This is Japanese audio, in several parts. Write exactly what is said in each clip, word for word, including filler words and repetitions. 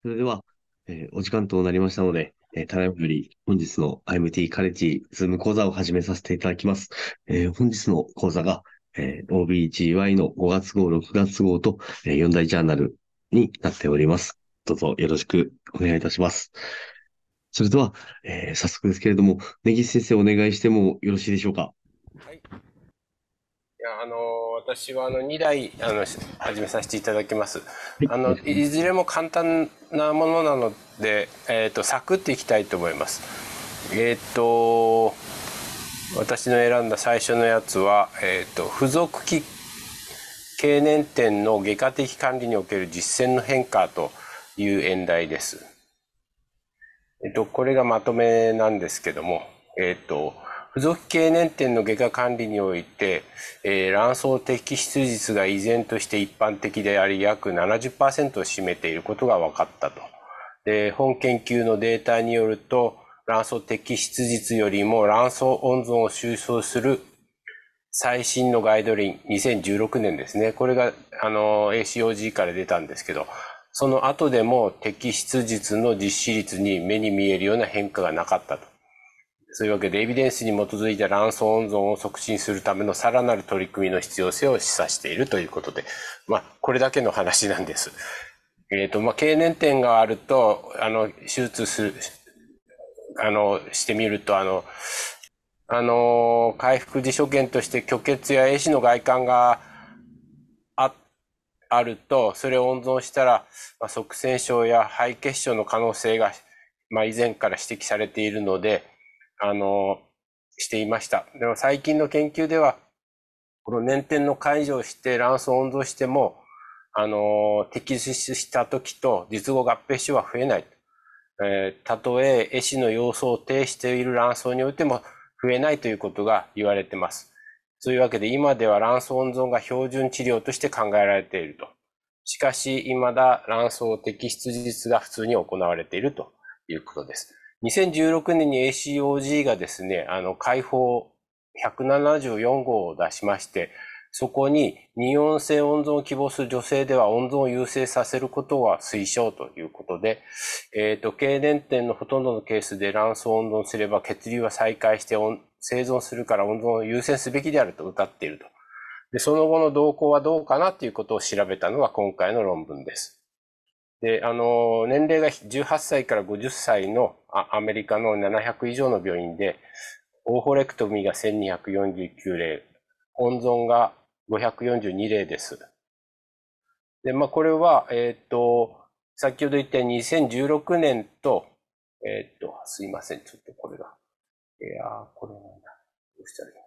それでは、えーお時間となりましたので、えーただいまより本日の アイエムティー カレッジズーム講座を始めさせていただきます。えー本日の講座が、えー オービージーワイ のごがつ号、ろくがつ号と、えーよん大ジャーナルになっております。どうぞよろしくお願いいたします。それでは、えー早速ですけれども、根岸先生お願いしてもよろしいでしょうか。 はい。いや、あの、私はあのにだいあのし始めさせていただきます。 はい。 あの、いずれも簡単なものなので、えっと、サクッといきたいと思います。えっと、私の選んだ最初のやつは、えっと、付属機経年点の外科的管理における実践の変化という演題です。えっと、これがまとめなんですけども、えっと、付属経年点の外科管理において、えー卵巣摘出率が依然として一般的であり、約ななじゅっパーセントを占めていることが分かったと。で、本研究のデータによると、卵巣摘出率よりも卵巣温存を収束する最新のガイドライン、にせんじゅうろくねんですね。これが、あの、エーシーオージー から出たんですけど、その後でも摘出術の実施率に目に見えるような変化がなかったと。そういうわけで、エビデンスに基づいた卵巣温存を促進するためのさらなる取り組みの必要性を示唆しているということで、まあ、これだけの話なんです。えっ、と、まあ、経年点があると、あの、手術する、あの、してみると、あの、あの、回復時所見として虚血や壊死の外観があ、あると、それを温存したら、まあ、塞栓症や肺血症の可能性が、まあ、以前から指摘されているので、あの、していました。でも最近の研究では、この粘点の解除をして卵巣を温存しても、あの、摘出した時と術後合併症は増えない。えーたとえ壊死の様相を呈している卵巣においても増えないということが言われています。そういうわけで今では卵巣温存が標準治療として考えられていると。しかし、未だ卵巣摘出術が普通に行われているということです。にせんじゅうろくねんに エーシーオージー がですね、あの、解放ひゃくななじゅうよん号を出しまして、そこに、二温性温存を希望する女性では温存を優先させることは推奨ということで、えっ、と、経年点のほとんどのケースで卵巣を温存すれば血流は再開して生存するから温存を優先すべきであると謳っていると。で、その後の動向はどうかなということを調べたのが今回の論文です。で、あの、年齢がじゅうはっさいからごじゅっさいのアメリカのななひゃく以上の病院で、オーホレクトミーがせんにひゃくよんじゅうきゅう例、温存がごひゃくよんじゅうに例です。で、まあ、これは、えっ、と、先ほど言ったにせんじゅうろくねんと、えっ、と、すいません、ちょっとこれが。いやー、これなんだ。どうしたらいいの。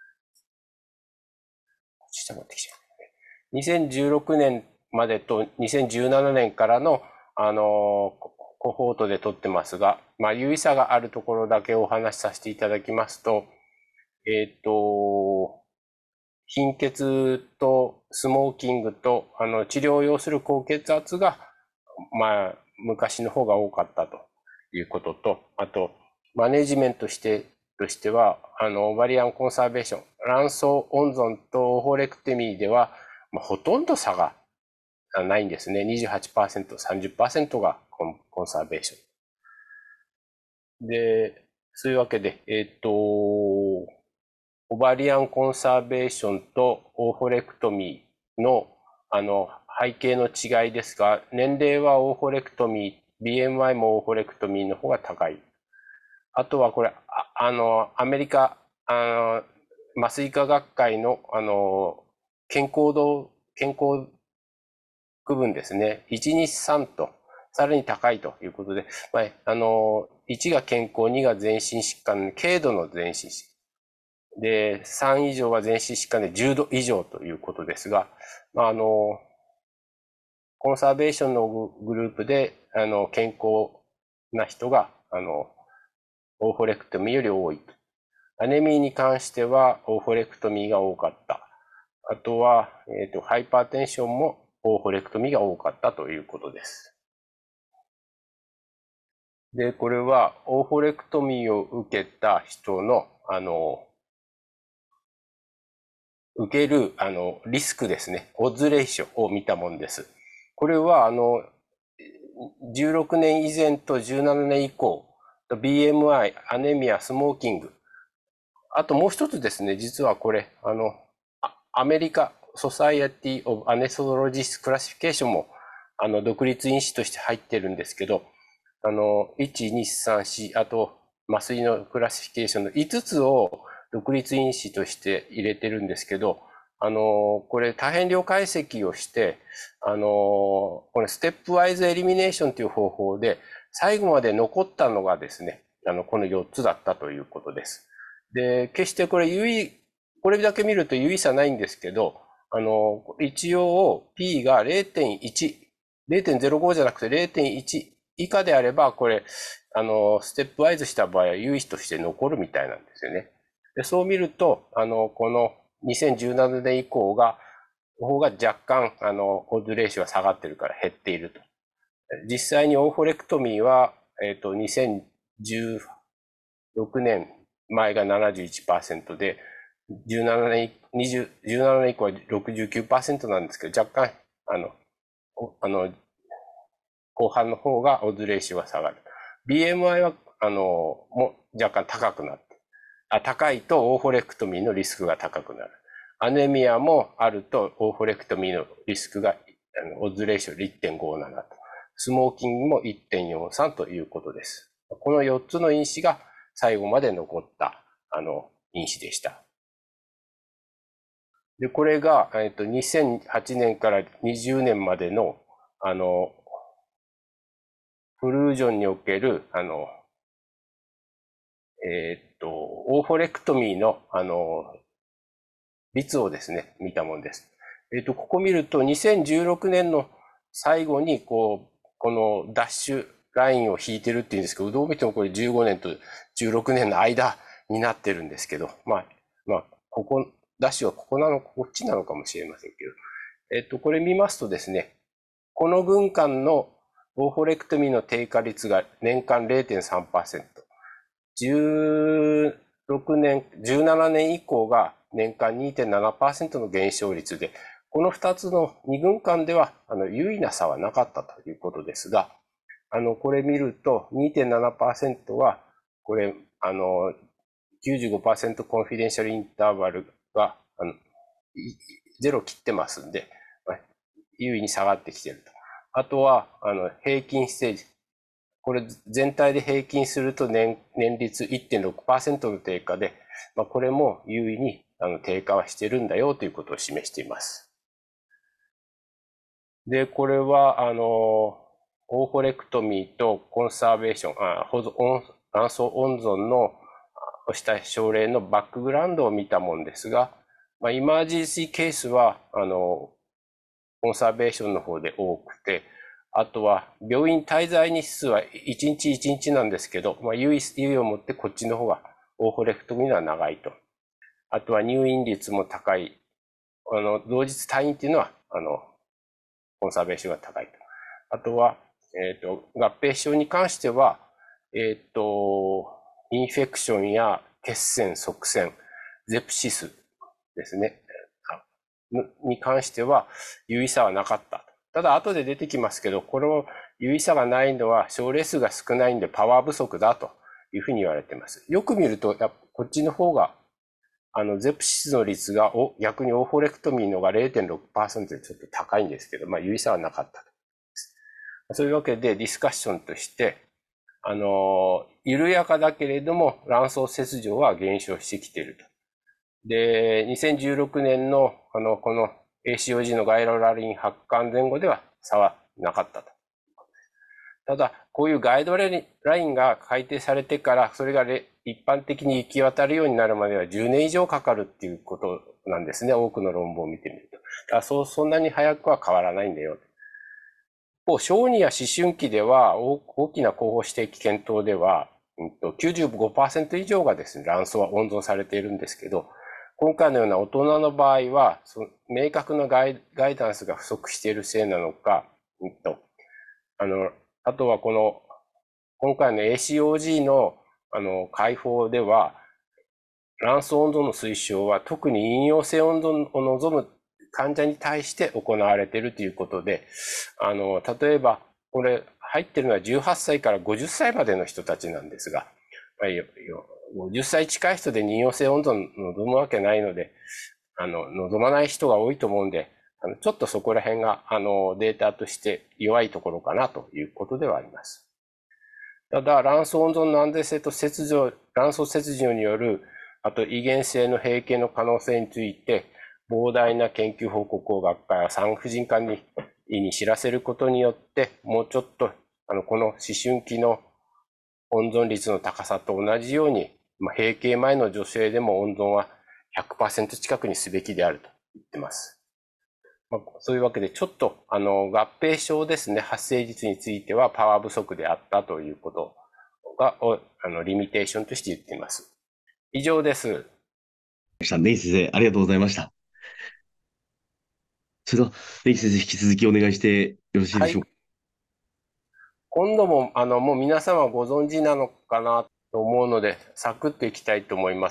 下持ってきちゃう。にせんじゅうろくねんまでとにせんじゅうななねんからの、あのーコホートで取ってますが、まあ、有意差があるところだけお話しさせていただきますと、えっ、と、貧血とスモーキングと、あの、治療を要する高血圧が、まあ、昔の方が多かったということと、あと、マネジメントして、としては、あの、オバリアンコンサーベーション、卵巣温存とオーホレクテミーでは、まあ、ほとんど差がないんですね。にじゅうはちパーセント、さんじゅっパーセントがコンコンサーベーション。で、そういうわけで、えっ、と、オバリアンコンサーベーションとオーホレクトミーの、あの、背景の違いですが、年齢はオーホレクトミー、ビーエムアイ もオーホレクトミーの方が高い。あとはこれ、あ、あの、アメリカ、あの、麻酔科学会の、あの、健康度、健康区分ですね。いち、に、さんと、さらに高いということで、まあ、あの、いちが健康、にが全身疾患、軽度の全身疾患。で、さん以上は全身疾患でじゅうど以上ということですが、まあ、あの、コンサーベーションのグループで、あの、健康な人が、あの、オーフォレクトミーより多い。アネミーに関しては、オーフォレクトミーが多かった。あとは、えっと、ハイパーテンションもオーフォレクトミーが多かったということです。で、これは、オーフォレクトミーを受けた人の、あの、受ける、あの、リスクですね。オッズレーションを見たものです。これは、あの、 じゅうろくねん以前とじゅうななねん以降、ビーエムアイ、アネミア、スモーキング。あともう一つですね、実はこれ、あの、アメリカ、ソサイエティ・オブ・アネソロジス・クラシフィケーションも、あの、独立因子として入ってるんですけど、あの、いち、に、さん、よん、あと、麻酔のクラシフィケーションのいつつを独立因子として入れてるんですけど、あの、これ多変量解析をして、あの、これステップワイズエリミネーションという方法で、最後まで残ったのがですね、あの、このよっつだったということです。で、決してこれ有意、これだけ見ると有意差ないんですけど、あの、一応 P が れいてんいち、れいてんゼロご じゃなくて れいてんいち以下であれば、これ、あの、ステップワイズした場合は有意として残るみたいなんですよね。で、そう見ると、あの、このにせんじゅうななねん以降が、方が若干、あの、オッズレーションが下がってるから減っていると。実際にオーフォレクトミーは、えっと、にせんじゅうろくねん前が ななじゅういちパーセント で、じゅうななねん、にじゅう、じゅうななねん以降は ろくじゅうきゅうパーセント なんですけど、若干、あの、あの、後半の方がオッズレーションが下がる。ビーエムアイ は、あの、も若干高くなって、あ、高いとオーフォレクトミーのリスクが高くなる。アネミアもあるとオーフォレクトミーのリスクが、あのオッズレーション いってんごなな と。スモーキングも いってんよんさん ということです。このよっつの因子が最後まで残った、あの、因子でした。で、これが、えっと、にせんはちねんからにじゅうねんまでの、あの、フルージョンにおける、あの、えっと、オーフォレクトミーの、あの、率をですね、見たものです。えっと、ここ見ると、にせんじゅうろくねんの最後に、こう、このダッシュラインを引いてるっていうんですけど、どう見てもこれじゅうごねんとじゅうろくねんの間になってるんですけど、まあ、まあ、ここ、ダッシュはここなのか、こっちなのかもしれませんけど、えっと、これ見ますとですね、この軍艦のオーフォレクトミーの低下率が年間 れいてんさんパーセント、じゅうろくねん、じゅうななねん以降が年間 にてんななパーセント の減少率で、このふたつのに軍艦ではあの有意な差はなかったということですが、あのこれ見ると にてんななパーセント はこれあの きゅうじゅうごパーセント コンフィデンシャルインターバルがあのゼロ切ってますんで、優位に下がってきていると。あとはあの平均ステージ、これ全体で平均すると 年, 年率 いってんろくパーセント の低下で、まあ、これも優位にあの低下はしてるんだよということを示しています。で、これは、あの、オーフォレクトミーとコンサーベーション、あ保存卵巣温存のした症例のバックグラウンドを見たものですが、まあ、イマージェンシーケースは、あの、コンサーベーションの方で多くて、あとは病院滞在日数はいちにちいちにちなんですけど、まあ、優位を持ってこっちの方がオーフォレクトミーは長いと。あとは入院率も高い。あの、同日退院っていうのは、あの、コンサーベーションが高いと。あとは、えっと、合併症に関しては、えっと、インフェクションや血栓、側栓、ゼプシスですね。に関しては有意差はなかった。ただ後で出てきますけど、この有意差がないのは症例数が少ないんでパワー不足だというふうに言われています。よく見ると、やっぱこっちの方が、あの、ゼプシスの率がお逆にオーフォレクトミーのが れいてんろくパーセント でちょっと高いんですけど、まあ有意差はなかったと。そういうわけでディスカッションとして、あの、緩やかだけれども卵巣切除は減少してきていると。で、にせんじゅうろくねんの、あの、この エーシーオージー のガイロラリン発汗前後では差はなかったと。ただ、こういうガイドラインが改定されてから、それが一般的に行き渡るようになるまではじゅうねん以上かかるっていうことなんですね。多くの論文を見てみると。だからそう、そんなに早くは変わらないんだよ。小児や思春期では、大きな候補指定検討では、きゅうじゅうごパーセント 以上がですね、卵巣は温存されているんですけど、今回のような大人の場合は、その明確なガイガイダンスが不足しているせいなのか、うんと、あの、あとはこの、今回の エーシーオージー の、あの、解放では、卵巣温度の推奨は特に陰陽性温度を望む患者に対して行われているということで、あの、例えば、これ、 入ってるのはじゅうはっさいからごじゅっさいまでの人たちなんですが、まあ、ごじゅっさい近い人で妊用性温存望むわけないので、あの、望まない人が多いと思うんで、あのちょっとそこら辺が、あの、データとして弱いところかなということではあります。ただ、卵巣温存の安全性と切除、卵巣切除による、あと遺伝性の閉経の可能性について、膨大な研究報告を学会や産婦人科にに知らせることによって、もうちょっと、あの、この思春期の温存率の高さと同じように、まあ、閉経前の女性でも温存は ひゃくパーセント 近くにすべきであると言ってます。まあ、そういうわけで、ちょっと、あの、合併症ですね、発生率についてはパワー不足であったということが、あの、リミテーションとして言っています。以上です。 ネイ先生、ありがとうございました。それでは、ネイ先生、引き続きお願いしてよろしいではい。 しょうか。 今度も、あの、もう皆様ご存知なのかなと思うので、サクッといきたいと思います。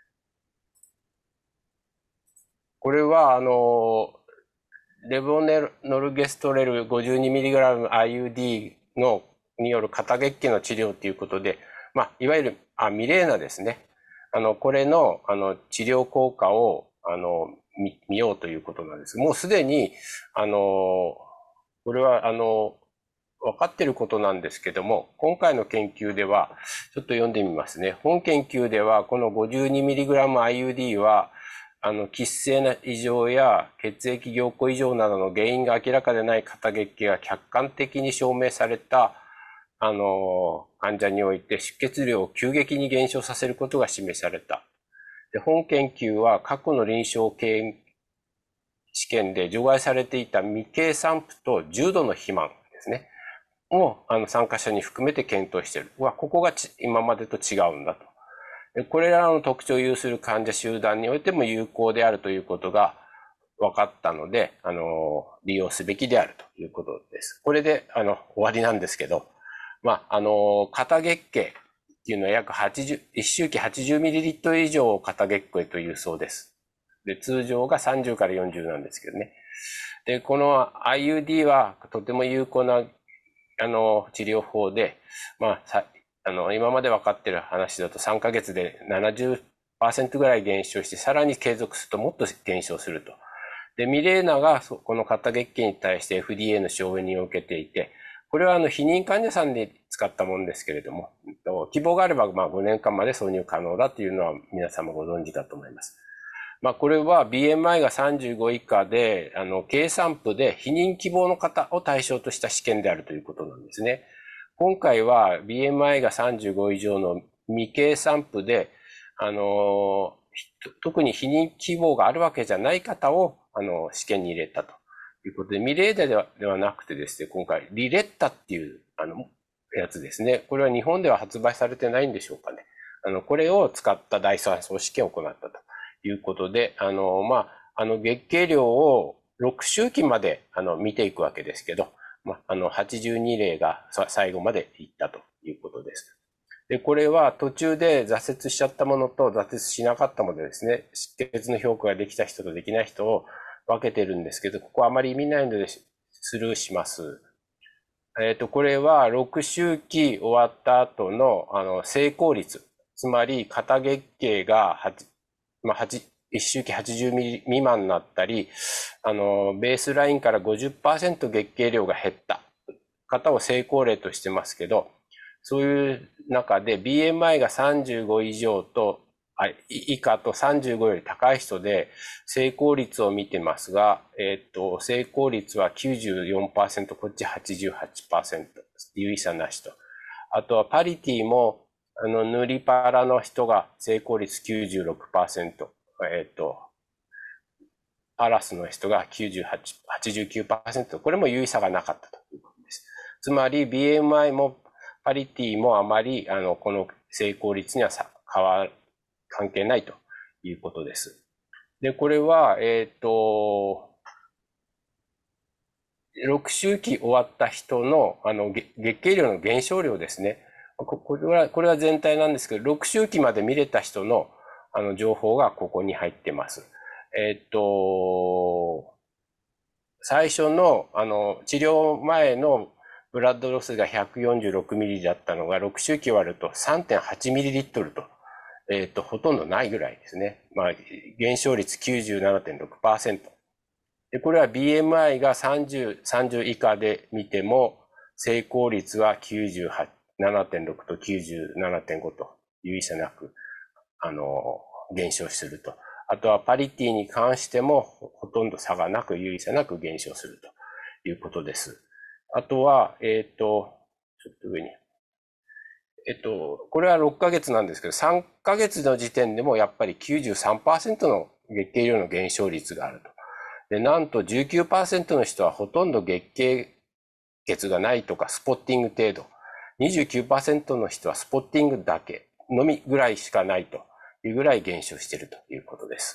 これは、あの、レボネノルゲストレル ごじゅうにミリグラム アイユーディー のによる肩月経の治療ということで、まあ、いわゆるあミレーナですね。あの、これのあの治療効果をあの見見ようということなんです。もうすでに、あの、これはあの、分かっていることなんですけども、今回の研究では、ちょっと読んでみますね。本研究では、この ごじゅうにミリグラム アイユーディー は、あの、喫性な異常や血液凝固異常などの原因が明らかでない肩月経が客観的に証明された、あの、患者において出血量を急激に減少させることが示された。で、本研究は過去の臨床試験で除外されていた未経産婦と重度の肥満ですね。をあの参加者に含めて検討している。ここが今までと違うんだと。これらの特徴を有する患者集団においても有効であるということが分かったので、あの、利用すべきであるということです。これで、あの、終わりなんですけど、まあ、あの、肩月経っていうのは約はちじゅう、いち周期 はちじゅうミリリットル 以上を肩月経というそうです。で、通常がさんじゅうからよんじゅうなんですけどね。で、この アイユーディー はとても有効なあの、治療法で、まあ、さあの、今まで分かっている話だとさんかげつでななじゅっパーセントぐらい減少して、さらに継続するともっと減少すると。で、ミレーナがこの肩月経に対して エフディーエー の承認を受けていて、これはあの、避妊患者さんで使ったものですけれども、希望があればまあごねんかんまで挿入可能だというのは皆様ご存知かと思います。まあ、これは ビーエムアイ がさんじゅうご以下で、あの、経産婦で避妊希望の方を対象とした試験であるということなんですね。今回は ビーエムアイ がさんじゅうご以上の未経産婦で、あの、特に避妊希望があるわけじゃない方を、あの、試験に入れたということで、ミレーダではではなくてですね、今回、リレッタっていう、あの、やつですね。これは日本では発売されてないんでしょうかね。あの、これを使った第三層試験を行ったと。いうことで、あの、まあ、あの、月経量をろく周期まで、あの、見ていくわけですけど、まあ、あの、はちじゅうに例が最後までいったということです。で、これは途中で挫折しちゃったものと挫折しなかったものですね。出血の評価ができた人とできない人を分けてるんですけど、ここあまり意味ないのでスルーします。えっと、これはろく周期終わった後の、あの、成功率。つまり、肩月経がまあ、いち周期はちじゅうミリ未満になったり、あの、ベースラインから ごじゅっパーセント 月経量が減った方を成功例としてますけど、そういう中で ビーエムアイ がさんじゅうご以上と、以下とさんじゅうごより高い人で成功率を見てますが、えっと、成功率は きゅうじゅうよんパーセント、こっち はちじゅうはちパーセント、有意差なしと。あとはパリティも、あの、塗りパラの人が成功率 きゅうじゅうろくパーセント、えっと、パラスの人がきゅうじゅうはち、はちじゅうきゅうパーセント、これも有意差がなかったということです。つまり ビーエムアイ もパリティもあまり、あの、この成功率には変わる、関係ないということです。で、これは、えっと、ろく周期終わった人の、あの、月経量の減少量ですね。これは、これは全体なんですけど、ろく周期まで見れた人の、あの、情報がここに入ってます。えっと、最初の、あの、治療前のブラッドロスが ひゃくよんじゅうろくミリだったのが、ろく周期割ると さんてんはちミリリットルと、えっと、ほとんどないぐらいですね。まあ、減少率 きゅうじゅうななてんろくパーセント。で、これは ビーエムアイ がさんじゅう、さんじゅう以下で見ても、成功率はきゅうじゅうななてんろくと きゅうじゅうななてんご と有意差なく、あの、減少すると。あとはパリティに関してもほとんど差がなく、有意差なく減少するということです。あとは、えっと、ちょっと上に。えっと、これはろっかげつなんですけど、さんかげつの時点でもやっぱり きゅうじゅうさんパーセント の月経量の減少率があると。で、なんと じゅうきゅうパーセント の人はほとんど月経血がないとかスポッティング程度。にじゅうきゅうパーセント の人はスポッティングだけのみぐらいしかないというぐらい減少しているということです。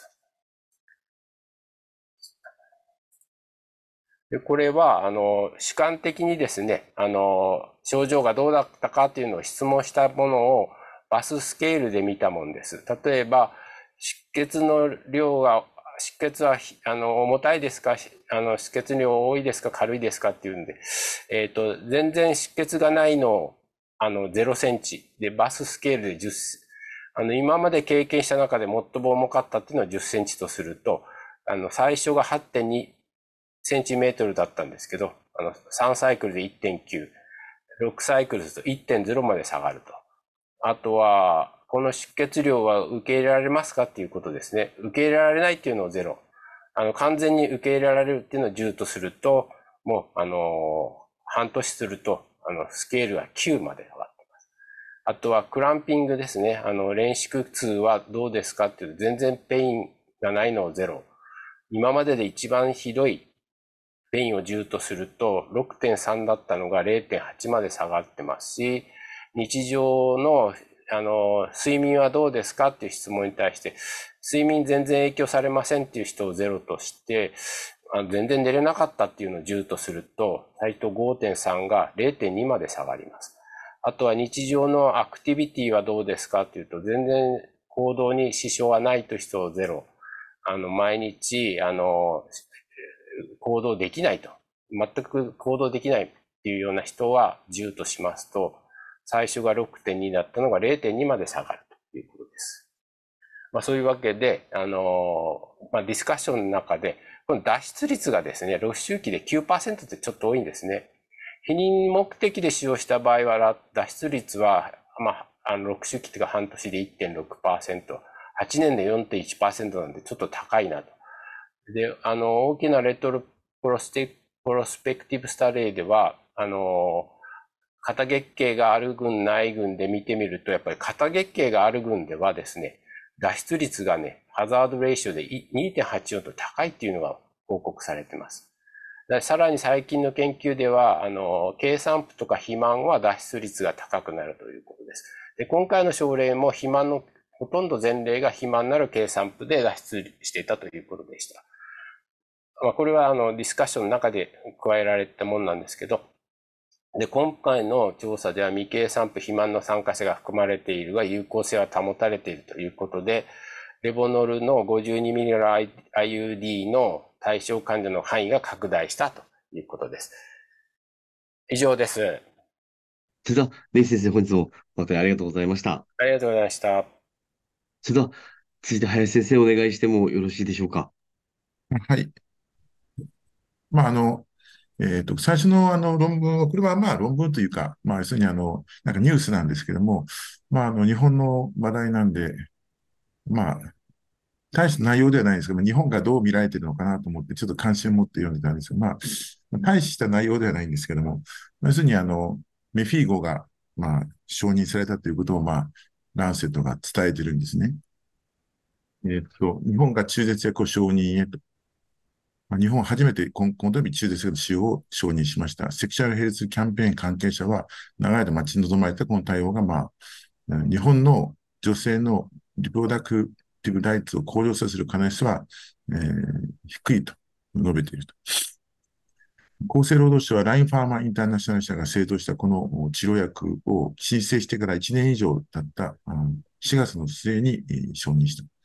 で、これは、あの、主観的にですね、あの、症状がどうだったかというのを質問したものをバススケールで見たものです。例えば、出血の量が、出血は、あの、重たいですか、あの、出血量多いですか、軽いですかっていうんで、えっと、全然出血がないのを、あの、ゼロセンチで、バススケールでじゅっ、あの、今まで経験した中で最も重かったっていうのはじゅっセンチとすると、あの、最初が はちてんにセンチメートルだったんですけど、あの、さんサイクルで いってんきゅう、ろくサイクルすると いってんゼロ まで下がると。あとは、この出血量は受け入れられますかっていうことですね。受け入れられないっていうのをゼロ。あの、完全に受け入れられるっていうのをじゅうとすると、もう、あの、半年すると、あの、スケールがきゅうまで上がってます。あとは、クランピングですね。あの、連縮痛はどうですかっていうと、全然ペインがないのをゼロ。今までで一番ひどいペインをじゅうとすると ろくてんさん だったのが れいてんはち まで下がってますし、日常の、あの、睡眠はどうですかっていう質問に対して、睡眠全然影響されませんっていう人をゼロとして、あの全然寝れなかったっていうのをじゅうとすると、最と ごてんさん が れいてんに まで下がります。あとは日常のアクティビティはどうですかっていうと、全然行動に支障はないという人をゼロ。あの、毎日、あの、行動できないと。全く行動できないっていうような人はじゅうとしますと、最初が ろくてんに だったのが れいてんに まで下がるということです。まあそういうわけで、あの、まあディスカッションの中で、この脱出率がですね、ろく周期で きゅうパーセント ってちょっと多いんですね。避妊目的で使用した場合は、脱出率は、まあ、あのろく周期というか半年で いってんろくパーセント、はちねんで よんてんいちパーセント なんでちょっと高いなと。で、あの、大きなレトロプロステプロスペクティブスタデーでは、あの、肩月経がある群、ない群で見てみると、やっぱり肩月経がある群ではですね、脱出率がね、ハザードレーションで にてんはちよん と高いっていうのが報告されています。さらに最近の研究では、あの、経産婦とか肥満は脱出率が高くなるということです。で、今回の症例も肥満のほとんど前例が肥満なる経産婦で脱出していたということでした。まあ、これはあのディスカッションの中で加えられたものなんですけど、で、今回の調査では未経産婦肥満の参加者が含まれているが有効性は保たれているということで、レボノルの ごじゅうにミリ の アイユーディー の対象患者の範囲が拡大したということです。以上です。 それでは、レイ先生、本日も誠にありがとうございました。 ありがとうございました。 それでは、続いて林先生お願いしてもよろしいでしょうか。 はい。まあ、あの、えっと、最初のあの論文は、これはまあ論文というか、まあ要するにあの、なんかニュースなんですけども、まああの日本の話題なんで、まあ大した内容ではないんですけど、日本がどう見られているのかなと思って、ちょっと関心を持って読んでたんですけど、まあ、大した内容ではないんですけども、要するにあの、メフィーゴが、まあ、承認されたということを、まあ、ランセットが伝えてるんですね。えっと、日本が中絶薬を承認へと。まあ、日本は初めて今今度中絶薬の使用を承認しました。セクシャルヘルスキャンペーン関係者は、長い間待ち望まれたこの対応が、まあ、日本の女性のリプロダクティブライツを向上させる可能性は、えー、低いと述べていると。厚生労働省はラインファーマーインターナショナル社が製造したこの治療薬を申請してからいちねん以上経ったしがつの末に承認した。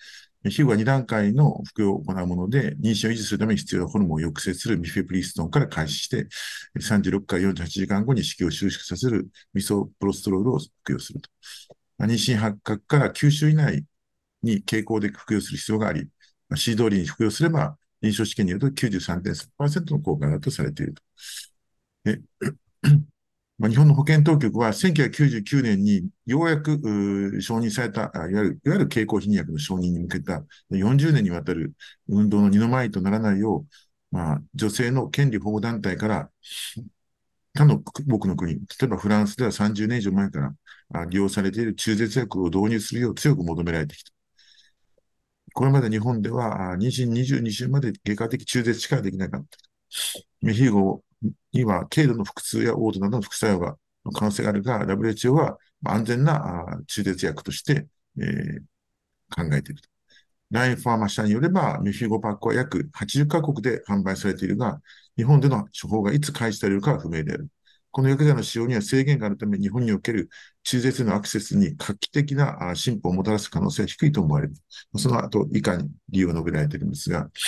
皮膚はに段階の服用を行うもので、妊娠を維持するために必要なホルモンを抑制するミフェプリストンから開始して、さんじゅうろくからよんじゅうはちじかんごに子宮を収縮させるミソプロストロールを服用すると。妊娠発覚からきゅう週以内に経口で服用する必要があり、指示通りに服用すれば、臨床試験によると きゅうじゅうさんてんさんパーセント の効果があるとされていると。でまあ、日本の保健当局はせんきゅうひゃくきゅうじゅうきゅうねんにようやく承認された、いわゆる、いわゆる経口避妊薬の承認に向けたよんじゅうねんにわたる運動の二の舞とならないよう、まあ、女性の権利保護団体から他の僕の国、例えばフランスではさんじゅうねん以上前から利用されている中絶薬を導入するよう強く求められてきた。これまで日本では妊娠にじゅうに週まで外科的中絶しかできなかった。メヒーゴには軽度の腹痛や嘔吐などの副作用がの可能性があるが、ダブリューエイチオー は安全な中絶薬として、えー、考えていると。ラインファーマ社によれば、メフィゴパックは約はちじゅっカ国で販売されているが、日本での処方がいつ開始されるかは不明である。この薬剤の使用には制限があるため、日本における中絶へのアクセスに画期的な進歩をもたらす可能性は低いと思われる。その後、以下に理由を述べられているんですが、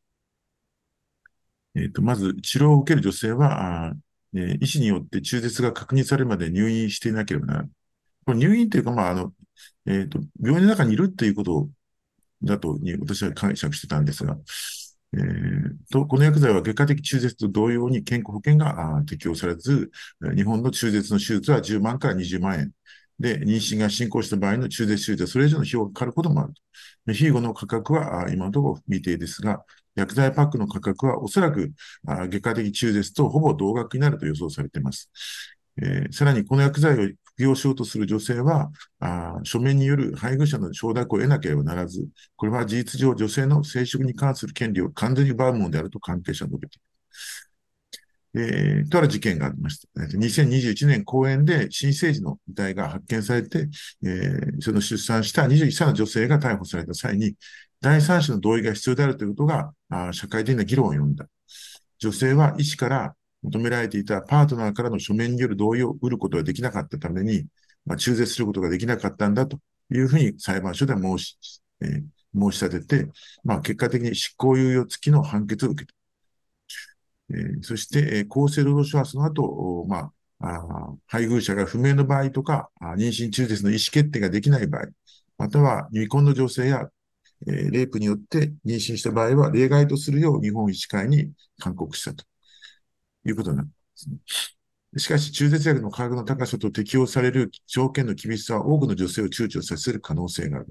えーと、まず、治療を受ける女性は、あえー医師によって中絶が確認されるまで入院していなければならない。これ入院というか、まあ、あの、えーと、病院の中にいるということだとに私は解釈してたんですが、えーと、この薬剤は外科的中絶と同様に健康保険が適用されず、日本の中絶の手術はじゅうまんからにじゅうまんえん。で、妊娠が進行した場合の中絶手術はそれ以上の費用がかかることもあると。メフィーゴの価格は今のところ未定ですが、薬剤パックの価格はおそらく外科的中絶とほぼ同額になると予想されています。えー、さらにこの薬剤を服用しようとする女性は、あ書面による配偶者の承諾を得なければならず、これは事実上女性の生殖に関する権利を完全に奪うものであると関係者は述べている。えー、とある事件がありました。にせんにじゅういちねん公園で新生児の遺体が発見されて、えー、その出産したにじゅういっさいの女性が逮捕された際に、第三者の同意が必要であるということが、あ社会的な議論を呼んだ。女性は医師から求められていたパートナーからの書面による同意を得ることができなかったために、まあ、中絶することができなかったんだというふうに裁判所で申し、えー、申し立てて、まあ、結果的に執行猶予付きの判決を受けた。えー、そして、えー、厚生労働省はその後、まあ、あ配偶者が不明の場合とか、妊娠中絶の意思決定ができない場合、または未婚の女性や、えー、レイプによって妊娠した場合は例外とするよう日本医師会に勧告したということになるんですね。しかし、中絶薬の価格の高さと適用される条件の厳しさは多くの女性を躊躇させる可能性がある。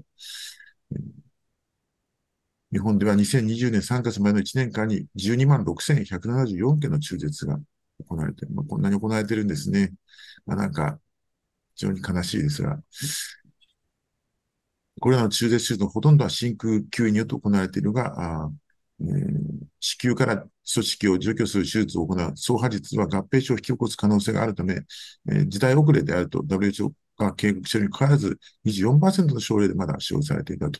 日本ではにせんにじゅうねんさんがつまでのいちねんかんにじゅうにまんろくせんひゃくななじゅうよんけんの中絶が行われている。まあ、こんなに行われているんですね。まあ、なんか、非常に悲しいですが、これらの中絶手術のほとんどは真空吸引によって行われているが、あえー、子宮から組織を除去する手術を行う走破術は合併症を引き起こす可能性があるため、えー、時代遅れであると ダブリューエイチオー が警告しているにもかかわらず にじゅうよんパーセント の症例でまだ使用されていたと。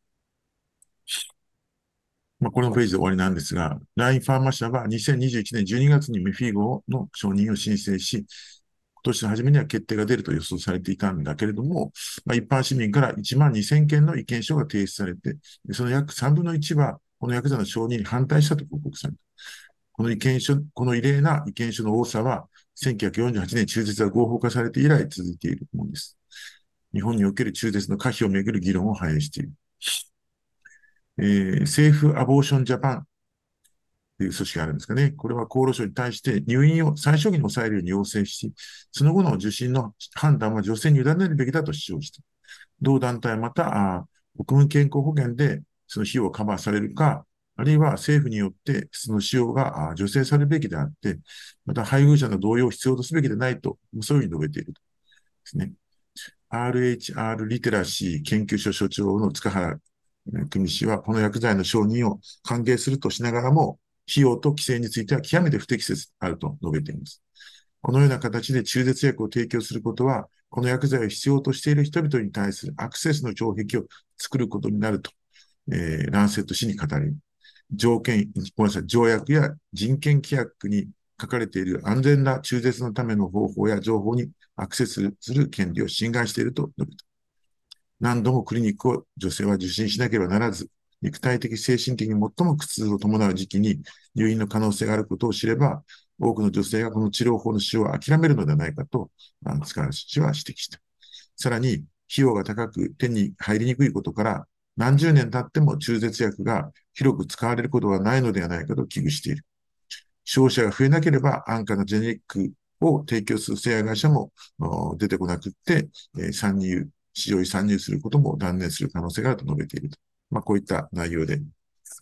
まあ、このページで終わりなんですが、ラインファーマ社はにせんにじゅういちねんじゅうにがつにメフィーゴの承認を申請し、今年の初めには決定が出ると予想されていたんだけれども、まあ、一般市民からいちまんにせんけんの意見書が提出されて、その約さんぶんのいちはこの薬剤の承認に反対したと報告された。この意見書、この異例な意見書の多さは、せんきゅうひゃくよんじゅうはちねん中絶が合法化されて以来続いているものです。日本における中絶の可否をめぐる議論を反映している。えー、セーフアボーションジャパンという組織があるんですかね。これは厚労省に対して入院を最小限に抑えるように要請し、その後の受診の判断は女性に委ねるべきだと主張した。同団体はまた、あ国民健康保険でその費用をカバーされるか、あるいは政府によってその使用が助成されるべきであって、また配偶者の同意を必要とすべきでないと、そういうふうに述べているとですね。アールエイチアール リテラシー研究所所長の塚原久美氏は、この薬剤の承認を歓迎するとしながらも、費用と規制については極めて不適切であると述べています。このような形で中絶薬を提供することは、この薬剤を必要としている人々に対するアクセスの障壁を作ることになると、えー、ランセット氏に語り、条件、ごめんなさい、条約や人権規約に書かれている安全な中絶のための方法や情報にアクセスする権利を侵害していると述べた。 何度もクリニックを女性は受診しなければならず、肉体的、精神的に最も苦痛を伴う時期に入院の可能性があることを知れば、多くの女性がこの治療法の使用を諦めるのではないかと、塚原氏は指摘した。さらに、費用が高く手に入りにくいことから、何十年経っても中絶薬が広く使われることはないのではないかと危惧している。消費者が増えなければ安価なジェネリックを提供する製薬会社も出てこなくって、参入、市場に参入することも断念する可能性があると述べていると。まあ、こういった内容で。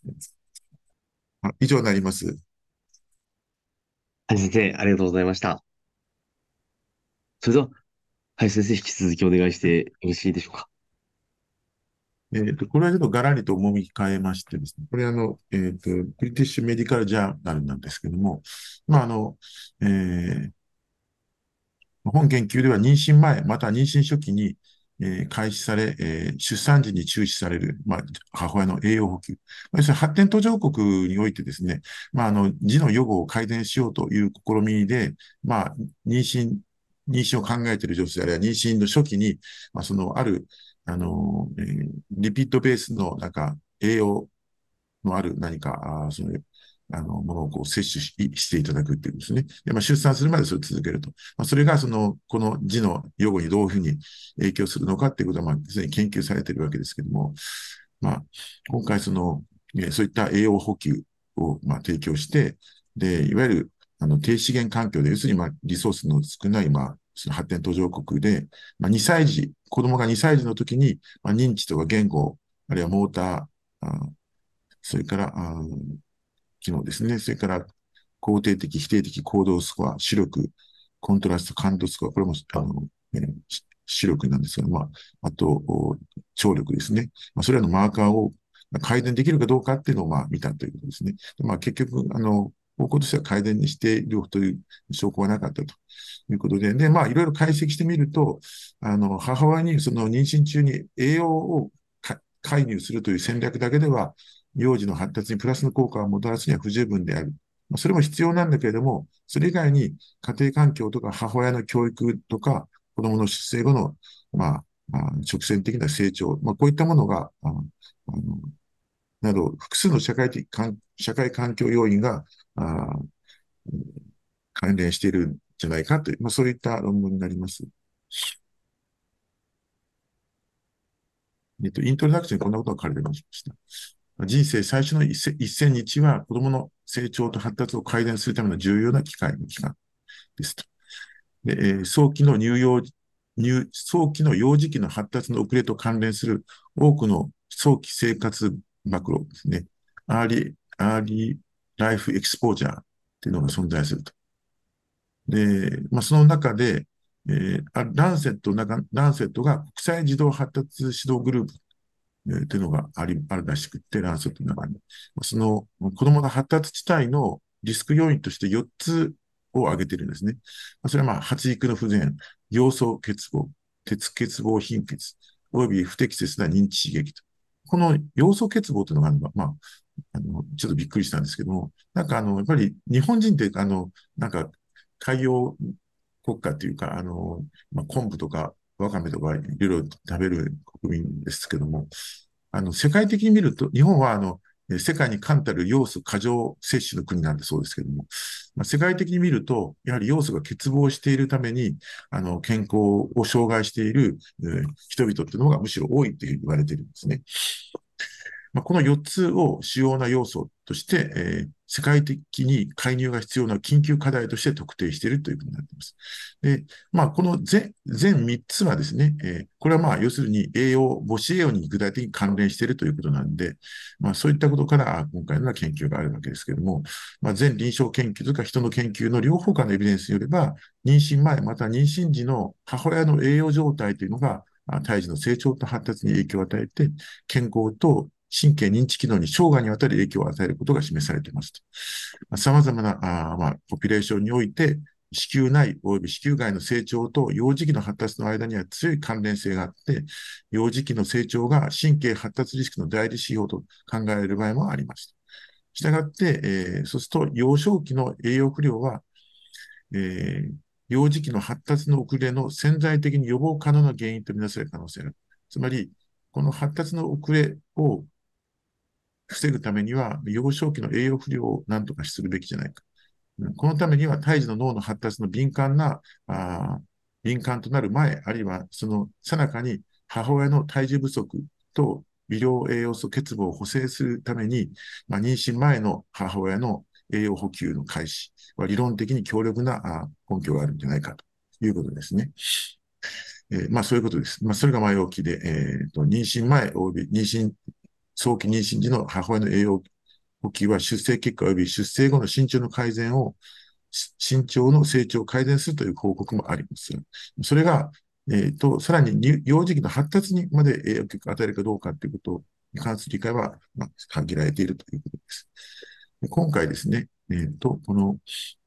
以上になります。 はい、先生、ありがとうございました。それでは、はい、先生、引き続きお願いしてよろしいでしょうか。 えっ、ー、と、これはちょっとガラリと重み変えましてですね、これはあの、えっ、ー、と、ブリティッシュメディカルジャーナルなんですけども、まあ、あの、えー、本研究では妊娠前、または妊娠初期に、えー、開始され、えー、出産時に注視される、まあ、母親の栄養補給。要するに発展途上国においてですね、まあ、あの、児の予後を改善しようという試みで、まあ、妊娠、妊娠を考えている女性あるいは妊娠の初期に、まあ、その、ある、あの、えー、リピッドベースの、なんか、栄養のある何か、あそういう、あの、ものをこう摂取ししていただくっていうですね。で、まあ、出産するまでそれを続けると。まあ、それが、その、この児の予後にどういうふうに影響するのかっていうことは、まあ、すでに研究されているわけですけども、まあ、今回、その、えそういった栄養補給を、まあ、提供して、で、いわゆる、あの、低資源環境で、要するに、まあ、リソースの少ない、まあ、その発展途上国で、まあ、にさい児、子供がにさい児の時に、まあ、認知とか言語、あるいはモーター、それから、あ機能ですね。それから、肯定的、否定的行動スコア、視力、コントラスト、感度スコア、これも、あの、えー、視力なんですが、まあ、あと、聴力ですね。まあ、それらのマーカーを改善できるかどうかっていうのを、まあ、見たということですね。まあ、結局、あの、方向としては改善にしているという証拠はなかったということで、で、まあ、いろいろ解析してみると、あの、母親にその妊娠中に栄養を介入するという戦略だけでは、幼児の発達にプラスの効果をもたらすには不十分である。それも必要なんだけれども、それ以外に家庭環境とか母親の教育とか、子供の出生後の、まあ、直線的な成長、まあ、こういったものが、あのなど、複数の社会的、社会環境要因が、あ関連しているんじゃないかという、まあ、そういった論文になります。えっと、イントロダクションにこんなことが書かれてました。人生最初の一千日は子供の成長と発達を改善するための重要な機会の期間ですと。で、えー、早期の乳幼乳、早期の幼児期の発達の遅れと関連する多くの早期生活暴露ですね。アーリー、アーリーライフエクスポージャーっていうのが存在すると。で、まあ、その中で、えー、ランセット、ランセットが国際児童発達指導グループというのがあり、あるらしくて、ランセットの中に。その子供の発達地帯のリスク要因としてよっつを挙げてるんですね。それはまあ、発育の不全、要素欠乏、鉄欠乏貧血、および不適切な認知刺激と。この要素欠乏というのがあるのが、まあ、あの、ちょっとびっくりしたんですけども、なんかあの、やっぱり日本人って、あの、なんか海洋国家っていうか、あの、まあ、昆布とかわかめとかいろいろ食べる国民ですけども、あの、世界的に見ると、日本はあの、世界に冠たる要素過剰摂取の国なんだそうですけども、まあ、世界的に見ると、やはり要素が欠乏しているために、あの、健康を障害している、えー、人々っていうのがむしろ多いっていうふうに言われているんですね。まあ、このよっつを主要な要素として、えー、世界的に介入が必要な緊急課題として特定しているということになっています。で、まあ、この全、全みっつはですね、えー、これはまあ、要するに栄養、母子栄養に具体的に関連しているということなんで、まあ、そういったことから今回の研究があるわけですけれども、まあ、全臨床研究とか人の研究の両方からのエビデンスによれば、妊娠前、また妊娠時の母親の栄養状態というのが、胎児の成長と発達に影響を与えて、健康と神経認知機能に生涯にわたる影響を与えることが示されていますと。様々な、あまあ、ポピュレーションにおいて、子宮内及び子宮外の成長と幼児期の発達の間には強い関連性があって、幼児期の成長が神経発達リスクの代理指標と考えられる場合もあります。したがって、えー、そうすると幼少期の栄養不良は、えー、幼児期の発達の遅れの潜在的に予防可能な原因とみなされる可能性がある。 つまり、この発達の遅れを防ぐためには、幼少期の栄養不良を何とかするべきじゃないか。このためには胎児の脳の発達の敏感な、あ敏感となる前、あるいはその最中に母親の体重不足と微量栄養素欠乏を補正するために、まあ、妊娠前の母親の栄養補給の開始は理論的に強力な根拠があるんじゃないかということですね。えー、まあそういうことです。まあそれが前置きで、えーと、妊娠前及び妊娠、早期妊娠時の母親の栄養補給は出生結果及び出生後の身長の改善を身長の成長を改善するという報告もあります。それが、えーと、さらに幼児期の発達にまで影響を与えるかどうかということに関する理解は、まあ、限られているということです。今回ですね、えーと、この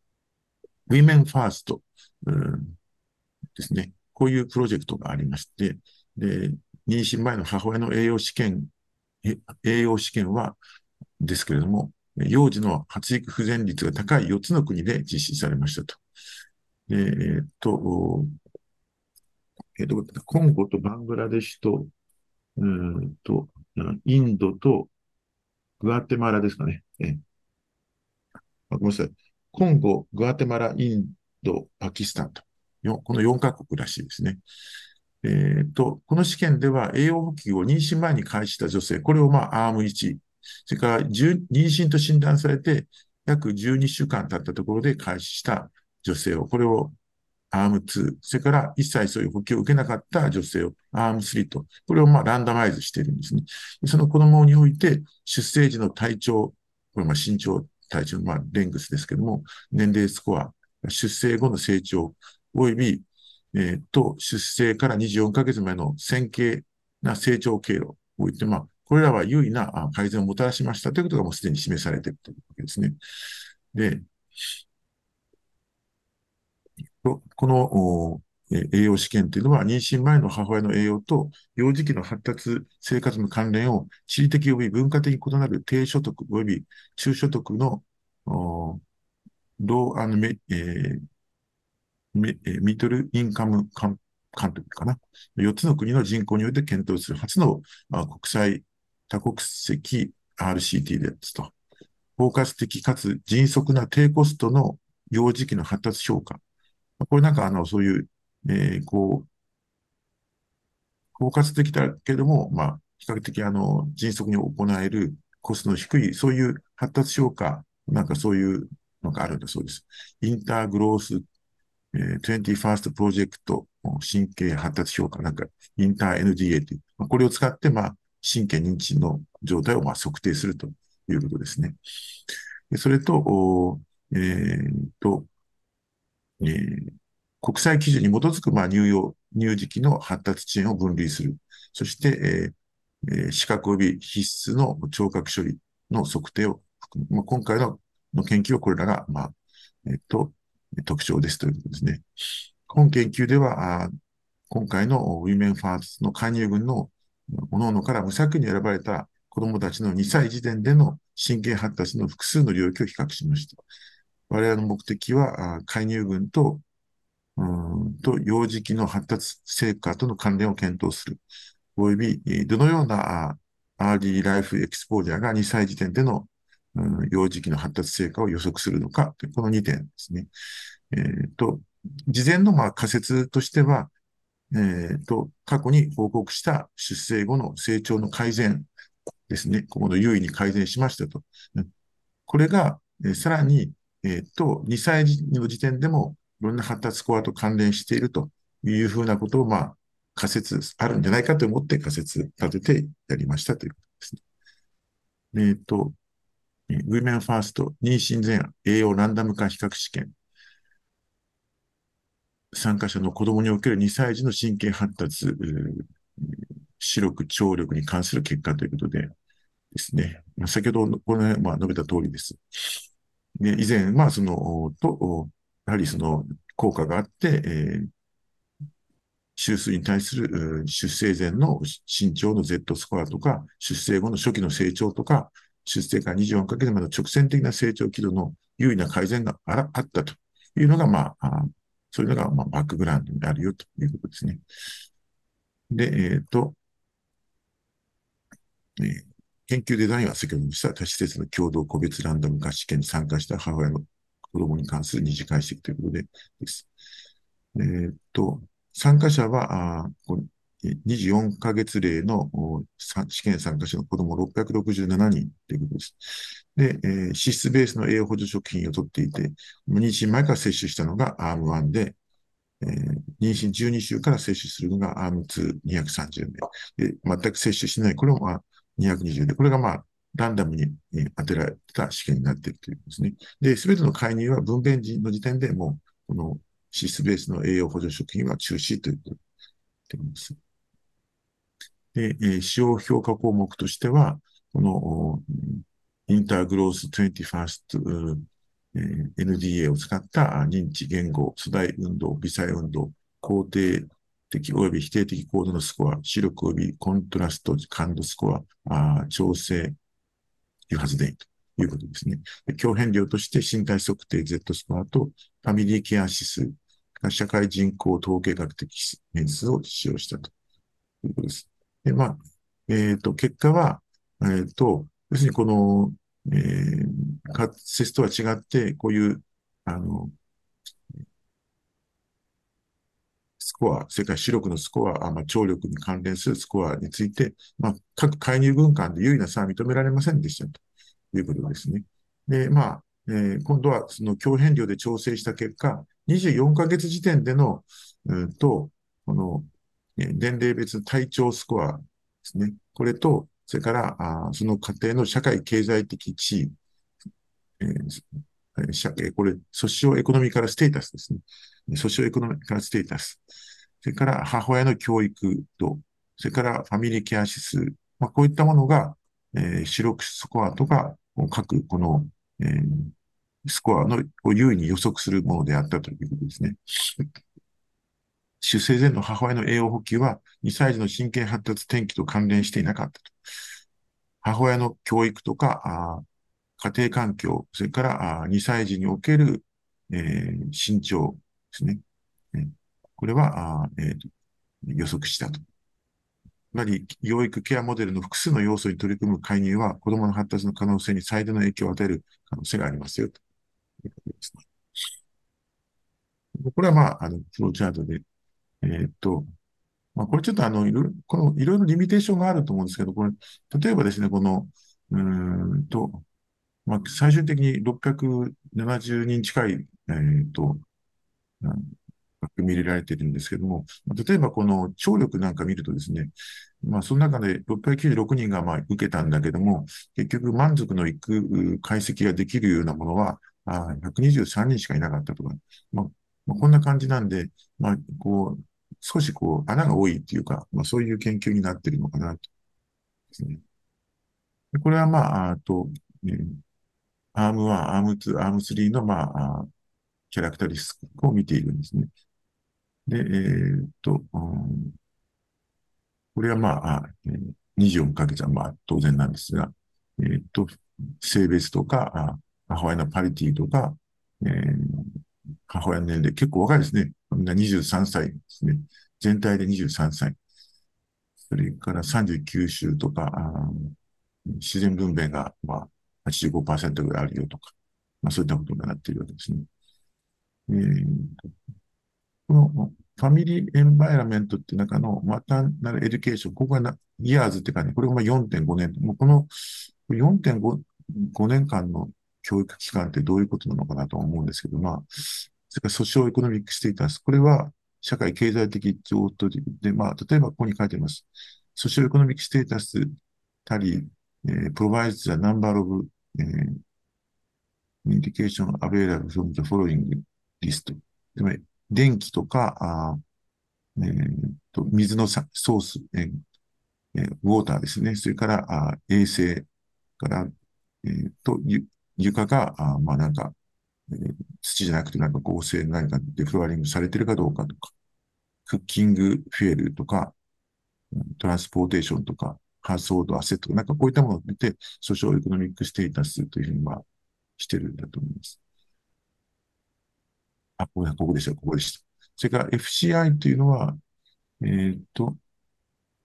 Women First、うん、ですね、こういうプロジェクトがありまして、で妊娠前の母親の栄養試験、栄養試験はですけれども、幼児の発育不全率が高いよっつの国で実施されましたと。えー、っと、えー、っと、コンゴとバングラデシュと、うんと、インドとグアテマラですかね。えー、ごめんなさい。コンゴ、グアテマラ、インド、パキスタンと。このよんカ国らしいですね。えー、と、この試験では栄養補給を妊娠前に開始した女性、これをまあアームいち、それから妊娠と診断されて約じゅうにしゅうかん経ったところで開始した女性を、これをアームに、それから一切そういう補給を受けなかった女性をアームさんと、これをまあランダマイズしているんですね。その子供において出生時の体調、これまあ身長、体重、まあレングスですけども、年齢スコア、出生後の成長、およびえー、と、出生からにじゅうよんかげつまえの線形な成長経路を言って、まあ、これらは優位な改善をもたらしましたということがもうすでに示されているというわけですね。で、この栄養試験というのは、妊娠前の母親の栄養と幼児期の発達生活の関連を地理的及び文化的に異なる低所得及び中所得のローメ、えーミミドルインカム監督かな。よっつの国の人口において検討する初の国際多国籍 アールシーティー ですと。包括的かつ迅速な低コストの幼児期の発達評価。これなんかあの、そういう、えー、こう、包括的だけども、まあ、比較的あの、迅速に行えるコストの低い、そういう発達評価、なんかそういうのがあるんだそうです。インターグロースえー、にじゅういちファーストプロジェクト神経発達評価なんか、インター エヌディーエー という、まあ、これを使って、まあ、神経認知の状態をまあ測定するということですね。それと、えー、と、えー、国際基準に基づく、まあ、乳幼、乳児期の発達遅延を分類する。そして、えー、視覚及び必須の聴覚処理の測定を含む。まあ、今回のの研究はこれらが、まあ、えっと、特徴ですということですね。本研究では、今回のウィメンファーストの加入群の各々から無作為に選ばれた子供たちのにさい時点での神経発達の複数の領域を比較しました。我々の目的は、介入群と、うんと幼児期の発達成果との関連を検討する。および、どのようなアーリーライフエクスポージャーがにさい時点での、うん、幼児期の発達成果を予測するのか、このにてんですね。えー、と、事前のまあ仮説としては、えー、と、過去に報告した出生後の成長の改善ですね。ここの優位に改善しましたと。これが、えー、さらに、えー、と、にさいの時点でも、いろんな発達スコアと関連しているというふうなことを、まあ、仮説あるんじゃないかと思って仮説立ててやりましたということですね。えっ、ー、と、ウィメンファースト妊娠前栄養ランダム化比較試験。参加者の子供におけるにさい児の神経発達、視力、聴力に関する結果ということでですね、先ほどこの辺、まあ、述べた通りです。で以前、まあ、その、と、やはりその効果があって、えー、周数に対する出生前の身長の Z スコアとか、出生後の初期の成長とか、出生からにじゅうよんかげつまでの直線的な成長軌道の優位な改善があったというのが、まあ、そういうのが、まあ、バックグラウンドにあるよということですね。で、えっ、ー、と、 えー研究デザインは先ほどもした多施設の共同個別ランダム化試験に参加した母親の子供に関する二次解析ということでです。えーっと、参加者は、あこにじゅうよんかげつ例の試験参加者の子供ろっぴゃくろくじゅうななにんということです。で、えー脂質ベースの栄養補助食品を取っていて、妊娠前から摂取したのが アームワン で、えー妊娠じゅうに週から摂取するのが アームツーにひゃくさんじゅうめいで、全く摂取しない、これもまあにひゃくにじゅうで、これがまあ、ランダムに当てられた試験になっているということですね。で、すべての介入は分娩時の時点でもう、この脂質ベースの栄養補助食品は中止ということです。で、えー使用評価項目としては、この、インターグロースにじゅうファースト、えー エヌディーエー を使った認知言語、粗大運動、微細運動、肯定的及び否定的コードのスコア、視力及びコントラスト感度スコア、あ調整誘発電位ということですね。強変量として身体測定 Z スコアとファミリーケア指数、社会人口統計学的変数を使用したということです。で、まあ、えっ、ー、と、結果は、えっ、ー、と、要するにこの、えー、滑舌とは違って、こういう、あの、スコア、それから視力のスコア、あまあ、聴力に関連するスコアについて、まあ、各介入軍間で有利な差は認められませんでしたということですね。で、まあ、えー、今度はその強変量で調整した結果、にじゅうよんかげつ時点での、うんと、この、えー年齢別体調スコアですね。これと、それから、あその過程の社会経済的地位、えー、社これ、ソシオエコノミカルステータスですね。ソシオエコノミカルステータス。それから母親の教育度、それからファミリーケア指数、まあ、こういったものが、えー、視力スコアとか、各この、えー、スコアのを優位に予測するものであったということですね。出生前の母親の栄養補給はにさい児の神経発達転機と関連していなかったと。母親の教育とか、家庭環境、それからにさい児における、えー、身長ですね。これは、あえー、予測したと。つまり、養育ケアモデルの複数の要素に取り組む介入は、子供の発達の可能性に最大の影響を与える可能性がありますよ、ということですね。これはまあ、あの、フローチャートで、えーっと、まあ、これちょっとあの、いろいろ、この、いろいろリミテーションがあると思うんですけど、これ、例えばですね、この、うーんと、まあ、最終的にろっぴゃくななじゅうにん近い、えーっと、見入れられているんですけども、例えばこの聴力なんか見るとですね、まあ、その中でろっぴゃくきゅうじゅうろくにんがまあ受けたんだけども、結局満足のいく解析ができるようなものは、あひゃくにじゅうさんにんしかいなかったとか、まあ、まあ、こんな感じなんで、まあ、こう、少しこう、穴が多いっていうか、まあ、そういう研究になっているのかなとですね。でこれはまあ、あと、えーアームワン、アームツー、アームスリーのまあ、キャラクタリスティックを見ているんですね。で、えーっと、うんこれはまあ、あえーにじゅうよんかげつはまあ当然なんですが、えーっと、性別とか、あ母親のパリティとか、えー母親の年齢、結構若いですね。みんなにじゅうさんさいですね。全体でにじゅうさんさい。それからさんじゅうきゅう週とか、あ自然分娩がまあはちじゅうごパーセントぐらいあるよとか、まあそういったことになっているわけですね。えーこのファミリーエンバイラメントっていう中のマターナルエデュケーション、ここがな、イヤーズってかね、これがまあよんてんごねん。もうこのよんてんご、ごねんかんの教育期間ってどういうことなのかなと思うんですけど、まあ、それからソシオエコノミックステータス。これは社会経済的状況で、まあ、例えばここに書いてあります。ソシオエコノミックステータスたり、えー、provides the number of、えー、indication available from the following list。つまり、電気とか、あえーと、水のソース、えーえーウォーターですね。それから、あ衛生から、えーと、ゆ床が、あまあなんか、えー土じゃなくてなんか合成何かでフロアリングされてるかどうかとか、クッキングフュエルとか、トランスポーテーションとか、ハースホードアセットとか、なんかこういったものを見て、ソーシャルエコノミックステータスというふうに、まあ、してるんだと思います。あ、ここここでした、ここでした。それから エフシーアイ というのは、えっと、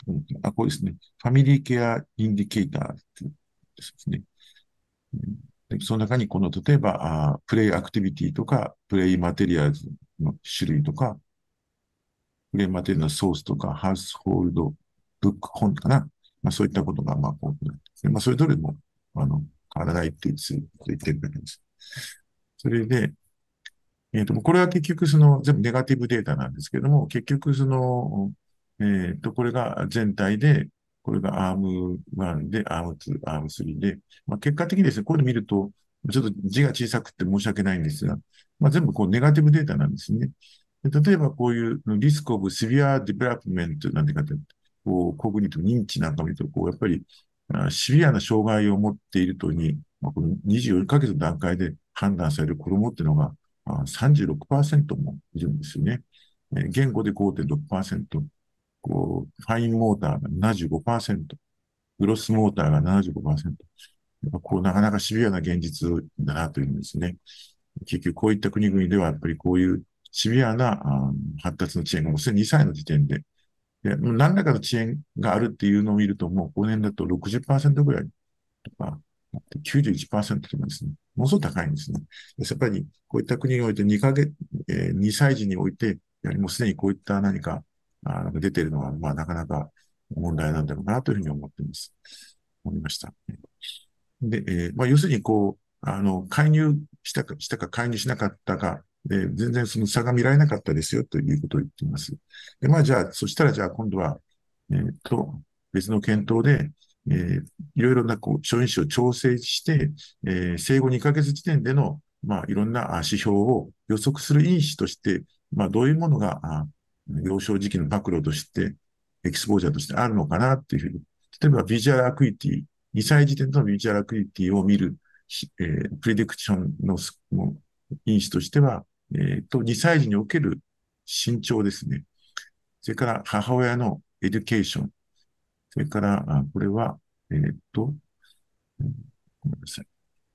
あ、これですね。ファミリーケアインディケーターっていうですね。で、その中に、この、例えば、あプレイアクティビティとか、プレイマテリアルズの種類とか、プレイマテリアルのソースとか、ハウスホールド、ブック、本かな。まあ、そういったことが、まあ、こうなってますね。まあ、それぞれも、あの、変わらないっていう言ってるわけです。それで、えっと、これは結局その全部ネガティブデータなんですけども、結局その、えっと、これが全体で、これがアームワンで、アームツー、アームスリーで、まあ、結果的にですね、こういうの見ると、ちょっと字が小さくて申し訳ないんですが、まあ、全部こうネガティブデータなんですね。で例えばこういうリスクオブシビアディベロップメントなんてかって、こう、コグニティブ認知なんか見ると、こう、やっぱり、あシビアな障害を持っているとに、まあ、このにじゅうよんかげつの段階で判断される子供っていうのが、あさんじゅうろくパーセントもいるんですよね。えー言語でごてんろくパーセント、こう、ファインモーターがななじゅうごパーセント、グロスモーターがななじゅうごパーセント。やっぱこう、なかなかシビアな現実だなというんですね。結局、こういった国々では、やっぱりこういうシビアなあ発達の遅延がもうすでににさいの時点で、で何らかの遅延があるっていうのを見ると、もうごねんだとろくじゅっパーセントぐらいとか、きゅうじゅういちパーセントとかですね、ものすごく高いんですね。やっぱりこういった国においてにかげつ、えー、にさい児において、やはりもうすでにこういった何かあ出ているのは、まあなかなか問題なんだろうなというふうに思っています。思いました。で、えーまあ、要するにこう、あの、介入したか、したか介入しなかったか、で、全然その差が見られなかったですよということを言っています。で、まあじゃあ、そしたらじゃあ今度は、えっと、別の検討で、えーいろいろなこう、小因子を調整して、えー生後にかげつ時点での、まあいろんなあ指標を予測する因子として、まあどういうものが、あ幼少時期の暴露として、エキスポージャーとしてあるのかなっていうふうに、例えばビジュアルアクイティ、にさい時点でのビジュアルアクイティを見る、えープレディクションの因子としては、えー、と、にさい児における身長ですね。それから母親のエデュケーション。それから、あこれは、えっ、と、ごめんなさい。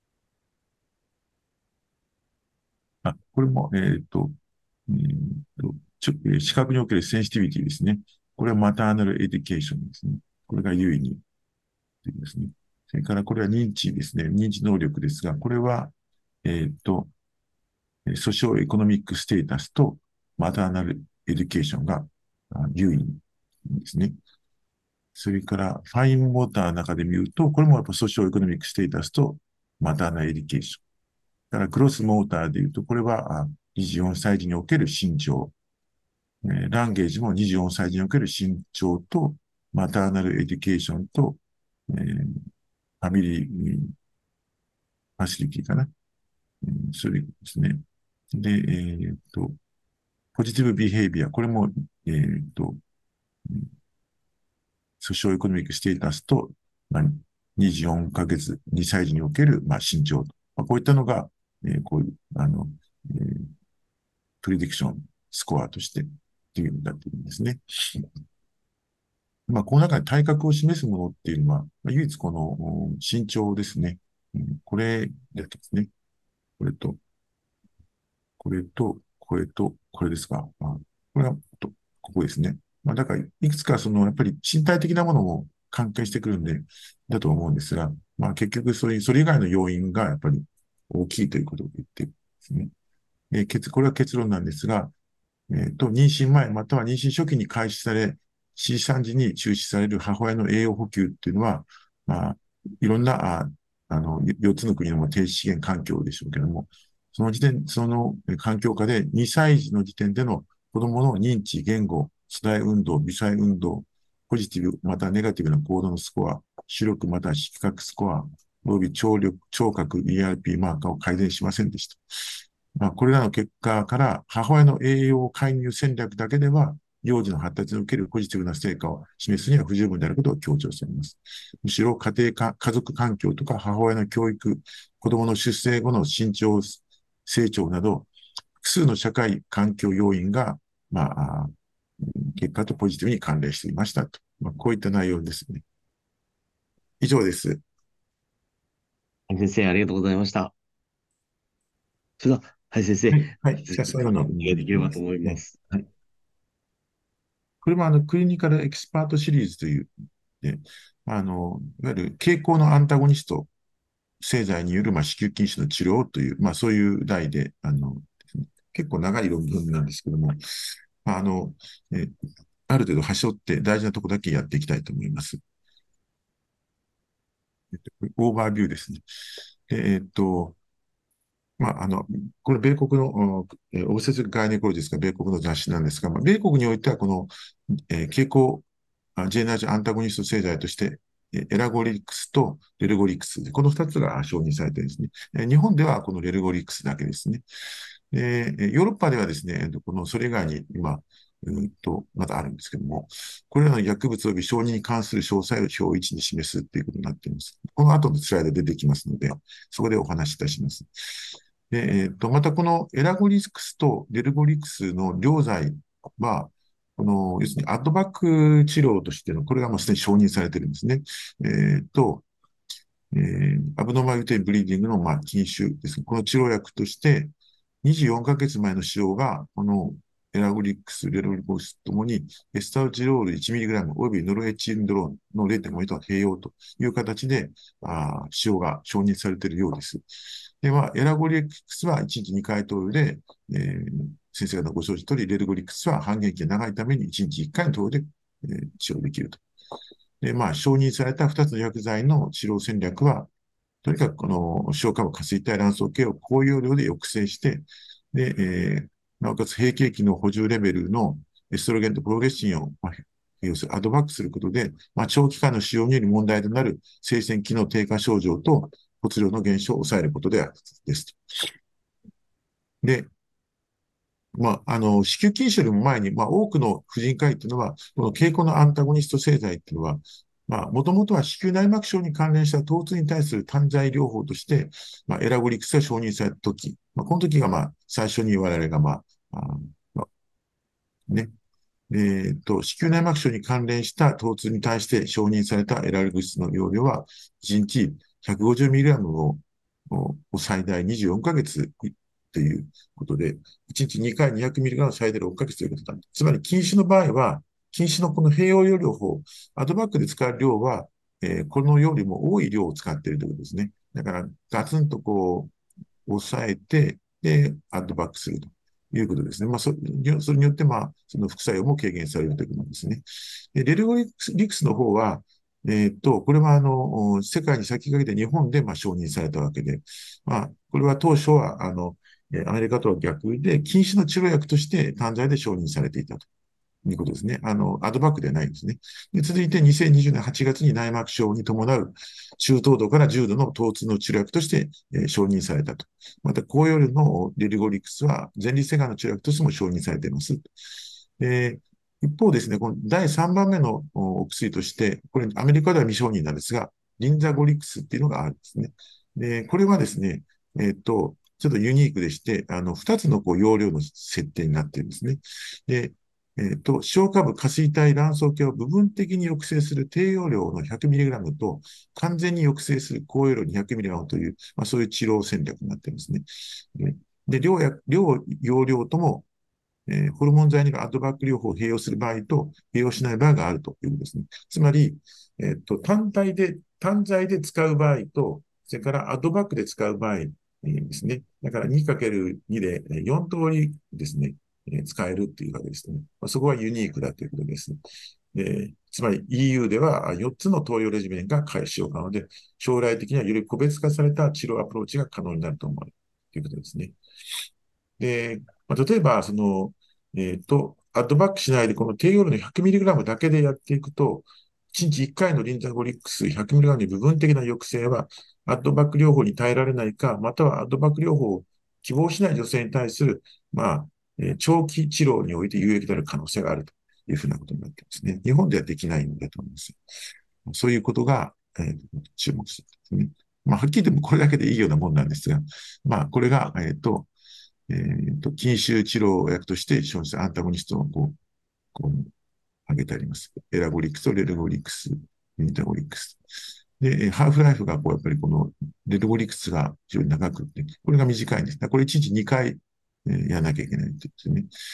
あ、これも、えっ、と、えーとちょ視覚におけるセンシティビティですね。これはマターナルエデュケーションですね。これが優位にですね。それからこれは認知ですね。認知能力ですが、これは、えっ、と、ソシオエコノミックステータスとマターナルエデュケーションが優位ですね。それから、ファインモーターの中で見ると、これもやっぱソシオエコノミックステータスとマターナルエデュケーション。だから、クロスモーターで言うと、これはにじゅうよんさい児における身長。ランゲージもにじゅうよんさい児における身長と、マターナルエデュケーションと、えー、ファミリーファシリティかな。うん、それですね。で、えーっと、ポジティブビヘイビア。これも、えーっと、ソシオエコノミックステータスと、まあ、にじゅうよんかげつ、にさい児における、まあ、身長と。まあ、こういったのが、えー、こういう、あの、えー、プレディクションスコアとしてっていうんだっていうんですね。まあ、この中で体格を示すものっていうのは、まあ、唯一この身長ですね。うん、これだけですね。これと、これと、これと、これですか。まあ、これは、と、ここですね。まあ、だから、いくつかその、やっぱり身体的なものも関係してくるんで、だと思うんですが、まあ、結局、そういう、それ以外の要因がやっぱり大きいということを言ってるんですね。えー、結これは結論なんですが、えっと、妊娠前または妊娠初期に開始され、C 産時に中止される母親の栄養補給っていうのは、まあ、いろんな、あ、あの、よっつの国の低資源環境でしょうけども、その時点、その環境下でにさい児の時点での子供の認知、言語、世代運動、微細運動、ポジティブ、またネガティブな行動のスコア、視力または色覚スコア、および聴力、聴覚 イーアールピー マーカーを改善しませんでした。まあ、これらの結果から母親の栄養介入戦略だけでは、幼児の発達におけるポジティブな成果を示すには不十分であることを強調しています。むしろ家庭か、家族環境とか母親の教育、子供の出生後の身長、成長など、複数の社会環境要因が、まあ、結果とポジティブに関連していましたと。まあ、こういった内容ですね。以上です。 先生、ありがとうございました。それでは、はい、先生、 はい。はい。じゃあ、 続きの最後にお方お願い願いできればとできます。 思います。 はい。 これもあの、クリニカルエキスパートシリーズという、で、あの、いわゆる経口のアンタゴニスト製剤による、まあ、子宮筋腫の治療という、まあ、そういう題で、あの、結構長い論文なんですけども、まあ、あの、えある程度端折って大事なところだけやっていきたいと思います。えっと、オーバービューですね。でえっと、まあ、あの、これ米国の、えーオブセスガイネコロジスが米国の雑誌なんですが、まあ、米国においてはこの、えー経口あ ジェイエヌエイチ アンタゴニスト製剤として、えエラゴリックスとレルゴリックス、このふたつが承認されているんですね。え日本ではこのレルゴリックスだけですね。でヨーロッパではですね、このそれ以外に今、うんと、まだあるんですけども、これらの薬物及び承認に関する詳細を表いちに示すということになっています。この後のスライドで出てきますので、そこでお話しいたします。で、えっと、またこのエラゴリックスとデルゴリックスの両剤は、この、要するにアドバック治療としての、これがもうすでに承認されているんですね。えっと、えー、アブノーマルテンブリーディングの、まあ、禁酒ですね。この治療薬として、にじゅうよんかげつまえの使用が、このエラゴリックス、レロリコスともに、エスタウチロール いちミリグラム およびノルエチンドロンの れいてんごミリと併用という形で、あ使用が承認されているようです。では、エラゴリックスはいちにちにかい投与で、えー、先生方ご承知通り、レルゴリックスは半減期が長いためにいちにちいっかいの投与で、えー、治療できると。で、まあ、承認されたふたつの薬剤の治療戦略は、とにかくこの消化部下垂体卵巣系を高容量で抑制して、で、えー、なおかつ閉経期の補充レベルのエストロゲンとプロゲスチンを、まあ、要するアドバックすることで、まあ、長期間の使用により問題となる生鮮機能低下症状と骨量の減少を抑えることであるですと。で、まあ、あの、子宮筋腫よりも前に、まあ、多くの婦人科医っていうのは、この経口のアンタゴニスト製剤っていうのは、まあ、もともとは子宮内膜症に関連した疼痛に対する単剤療法として、まあ、エラゴリクスが承認されたとき、まあ、この時が、まあ、最初に我々が、まあ、あまあ、ね、えっと、子宮内膜症に関連した疼痛に対して承認されたエラル物質の容量は、いちにち ひゃくごじゅうミリグラム をを最大にじゅうよんかげつということで、いちにちにかい にひゃくミリグラム 最大ろっかげつということだ。つまり禁止の場合は、禁止のこの併用用療法、アドバックで使う量は、えー、このよりも多い量を使っているということですね。だから、ガツンとこう、抑えて、で、アドバックするということですね。まあ、そそれによって、まあ、その副作用も軽減されるということなんですね。でレルゴリクスの方は、えー、っと、これは、あの、世界に先駆けて日本で、まあ、承認されたわけで、まあ、これは当初は、あの、アメリカとは逆で、禁止の治療薬として単剤で承認されていたということですね。あの、アドバックではないんですね。で続いてにせんにじゅうねんはちがつに内膜症に伴う中等度から重度の疼痛の治療薬として、えー、承認されたと。また、高容量のレリゴリクスは前立腺がんの治療薬としても承認されています。えー一方ですね、このだいさんばんめのお薬として、これアメリカでは未承認なんですが、リンザゴリクスっていうのがあるんですね。で、これはですね、えっと、ちょっとユニークでして、あの、二つのこう容量の設定になっているんですね。で、えっと、消化部下垂体卵巣系を部分的に抑制する低容量の ひゃくミリグラム と完全に抑制する高容量 にひゃくミリグラム という、まあ、そういう治療戦略になっているんですね。で、両や両容量ともえー、ホルモン剤によるアドバック療法を併用する場合と、併用しない場合があるということですね。つまり、えっと、単体で、単剤で使う場合と、それからアドバックで使う場合、えー、ですね。だから にかけるに でよん通りですね、えー、使えるっていうわけですね。まあ、そこはユニークだということです。えー、つまり イーユー ではよっつの投与レジメンが使用可能で、将来的にはより個別化された治療アプローチが可能になると思うということですね。で、まあ、例えば、その、えっと、アッドバックしないで、この低用量の ひゃくミリグラム だけでやっていくと、いちにちいっかいのリンザゴリックス ひゃくミリグラム に部分的な抑制は、アッドバック療法に耐えられないか、またはアッドバック療法を希望しない女性に対する、まあ、えー長期治療において有益である可能性があるというふうなことになっていますね。日本ではできないんだと思います。そういうことが、えー注目するんですね。まあ、はっきり言ってもこれだけでいいようなもんなんですが、まあ、これが、えっと、えー、と、禁酒治療薬として承認したアンタゴニストをこう、こう、挙げてあります。エラゴリックスとレルゴリックス、ミンタゴリックス。で、ハーフライフがこう、やっぱりこのレルゴリックスが非常に長くって、これが短いんです。これいちにちにかい、えーやらなきゃいけないって言うんですよね。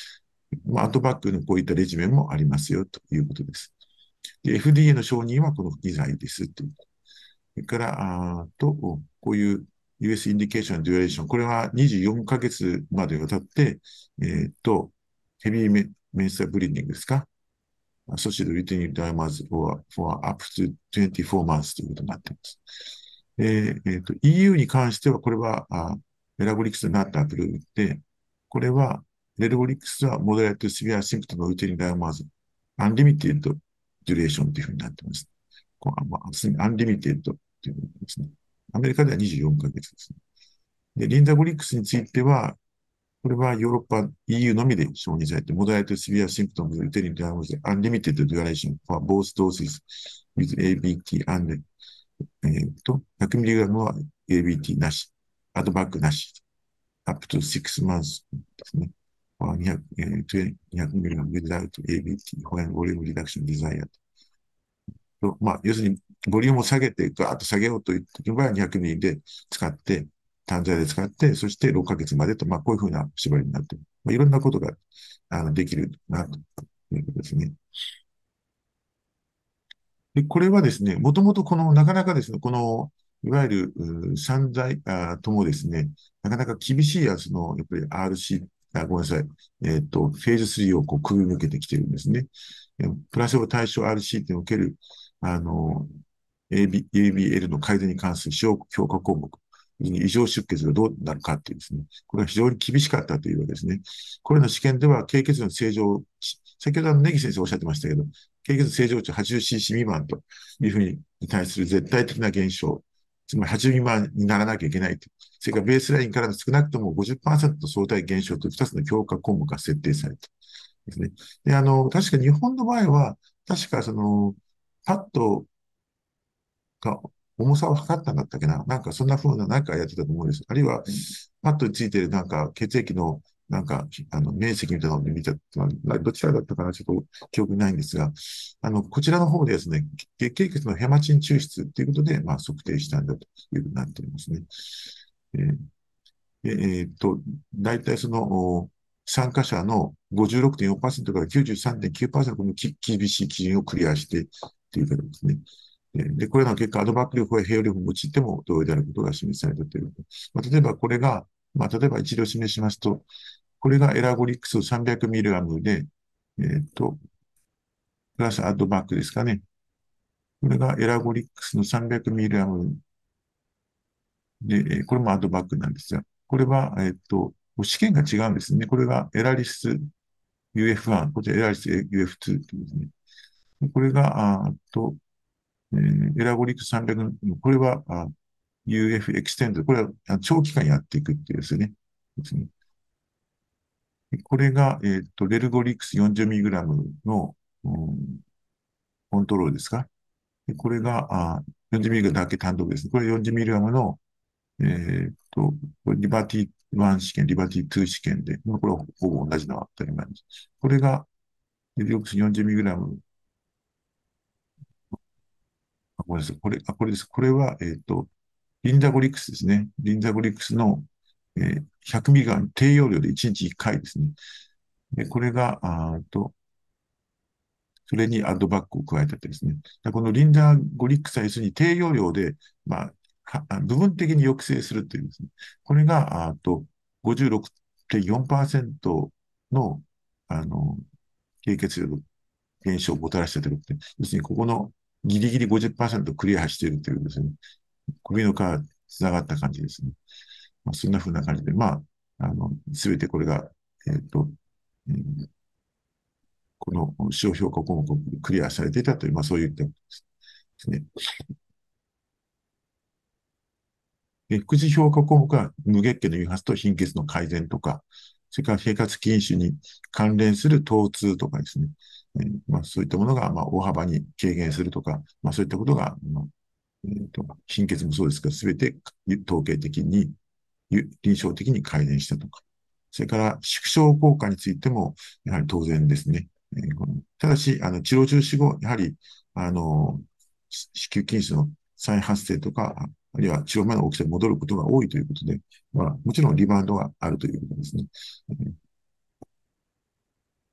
まあ、アトバックのこういったレジメンもありますよということです。で、エフディーエー の承認はこのに剤ですという。それから、あと、こういう ユーエス インディケーションデュレーション。これはにじゅうよんかげつまでわたって、えっと、ヘビーメメンスタブリーディングですか？associated with diamonds for, for up to にじゅうよん months ということになっています。えーえーと、イーユー に関しては、これは、あエラボリックスになったアプリを打って、これは、レルボリックスはモデレートシビアシンプトのウテリダイマーズ、アンリミテッドデュレーションというふうになっています。こうまあ、アンリミテッドということですね。アメリカではにじゅうよんかげつですね。で、リンダボリックスについては、これはヨーロッパ、イーユー のみで承認されて、モダイトシビアシンプトムズ、ウテリンダイマーズ、アンリミテッドデュアレーション for both doses with エービーティー and えー、と、ひゃくミリグラム は エービーティー なし、アドバックなし、up to six months ですね。にひゃく、えー、にひゃくミリグラム without エービーティーwhen volume reduction desired と。まあ、要するに、ボリュームを下げて、ガーッと下げようという時はにひゃくミリで使って、単剤で使って、そしてろっかげつまでと、まあ、こういうふうな縛りになっている。まあ、いろんなことがあのできるな、ということですね。で、これはですね、もともとこの、なかなかですね、この、いわゆる、う散剤あともですね、なかなか厳しいやつの、やっぱり アールシー、あ、ごめんなさい、えっと、フェーズスリーをこう、くぐり抜けてきてるんですね。えプラセボ対象 アールシー っておける、あの、エービー、エービーエル の改善に関する評価項目、異常出血がどうなるかっていうですね、これは非常に厳しかったというわけですね。これの試験では、経血の正常、先ほどあの、ネギ先生おっしゃってましたけど、経血正常値 はちじゅうシーシー 未満というふうに対する絶対的な現象、つまりはちじゅう未満にならなきゃいけないと。それからベースラインからの少なくとも ごじゅっパーセント 相対減少というふたつの評価項目が設定されたですね。で、あの、確か日本の場合は、確かその、パッドが重さを測ったんだったっけな。なんかそんな風ななんかやってたと思うんです。あるいは、パッドについてるなんか血液のなんか、あの、面積みたいなのを見た、どちらだったかな、ちょっと記憶ないんですが、あの、こちらの方でですね、月経血のヘマチン抽出ということで、まあ、測定したんだというふうになっておりますね。えーえーっと、大体その、参加者の ごじゅうろくてんよんパーセント から きゅうじゅうさんてんきゅうパーセント の厳しい基準をクリアしてということですね。で、これらの結果、アドバック力や併用力を用いても同様であることが示されたということ。まあ、例えばこれが、まあ、例えば一例を示しますと、これがエラゴリックス さんびゃくミリグラム で、えっと、プラスアドバックですかね。これがエラゴリックスの さんびゃくミリグラム で、これもアドバックなんですが、これは、えっと、試験が違うんですね。これがエラリス ユーエフワン、こちらエラリス ユーエフツー というですね。これが、あと、えーエラゴリックスさんびゃく、これは、あ ユーエフ エクステンド、これは長期間やっていくっていうですね。ですね。これが、えっと、レルゴリックス よんじゅうミリグラム の、うん、コントロールですか。これが、あ よんじゅうミリグラム だけ単独ですね。これ よんじゅうミリグラム の、えっと、リバティワン試験、リバティツー試験で、これはほぼ同じのは当たり前です。これが、レルゴリックス よんじゅうミリグラム、あ、ごめんなさい。これ、あ、これです。これは、えっと、リンザゴリックスですね。リンザゴリックスの、えー、ひゃくミリグラム低用量でいちにちいっかいですね。で、これが、あと、それにアドバックを加えたってですね。このリンダーゴリックスは要するに低用量で、まあ、部分的に抑制するというですね。これが、あと、ごじゅうろくてんよんパーセントの、あの、経血量の減少をもたらしたということで、要するにここのギリギリごじゅっパーセントクリアしているというですね。首の皮つながった感じですね。まあ、そんな風な感じで、まあ、あの、すべてこれが、えっ、ー、と、えーこの使用評価項目をクリアされていたという、まあ、そういったことですね。で、副次評価項目は無月経の誘発と貧血の改善とか、それから生活禁酒に関連する疼痛とかですね。えーまあ、そういったものがまあ大幅に軽減するとか、まあ、そういったことが、まあえーと、貧血もそうですが、すべて統計的に、臨床的に改善したとか。それから縮小効果についても、やはり当然ですね。えー、このただし、あの治療中止後、やはり、あの、子宮筋腫の再発生とか、あるいは治療前の大きさに戻ることが多いということで、まあ、もちろんリバウンドがあるということですね。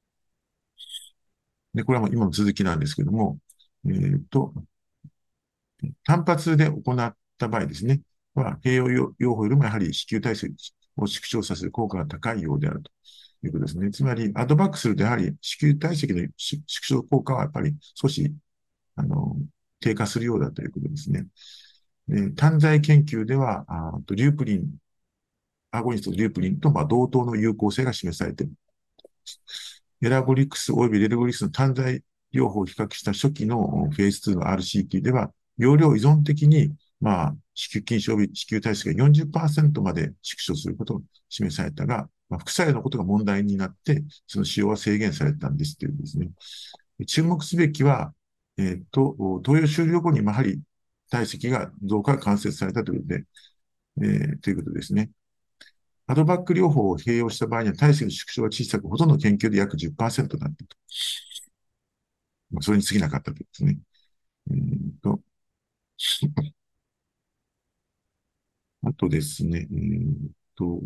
で、これはもう今の続きなんですけども、えっと、単発で行った場合ですね、は、併用療法よりもやはり子宮体積を縮小させる効果が高いようであるということですね。つまり、アドバックするとやはり子宮体積の縮小効果はやっぱり少し、あの、低下するようだということですね。で、単剤研究では、あとリュープリン、アゴニストリュープリンとまあ同等の有効性が示されている。エラゴリクス及びレルゴリクスの単剤療法を比較した初期のフェーズツーの アールシーティー では、容量依存的に、まあ、子宮筋症及び子宮体積がよんじゅっパーセントまで縮小することが示されたが、まあ、副作用のことが問題になって、その使用は制限されたんですというですね。注目すべきは、えっ、と、投与終了後に、やはり体積が増加が観察されたということで、えー、ということですね。アドバック療法を併用した場合には体積の縮小が小さく、ほとんどの研究で約じゅっパーセントだったと。まあ、それに過ぎなかったとですね。えー、と、あとですね、えー、と、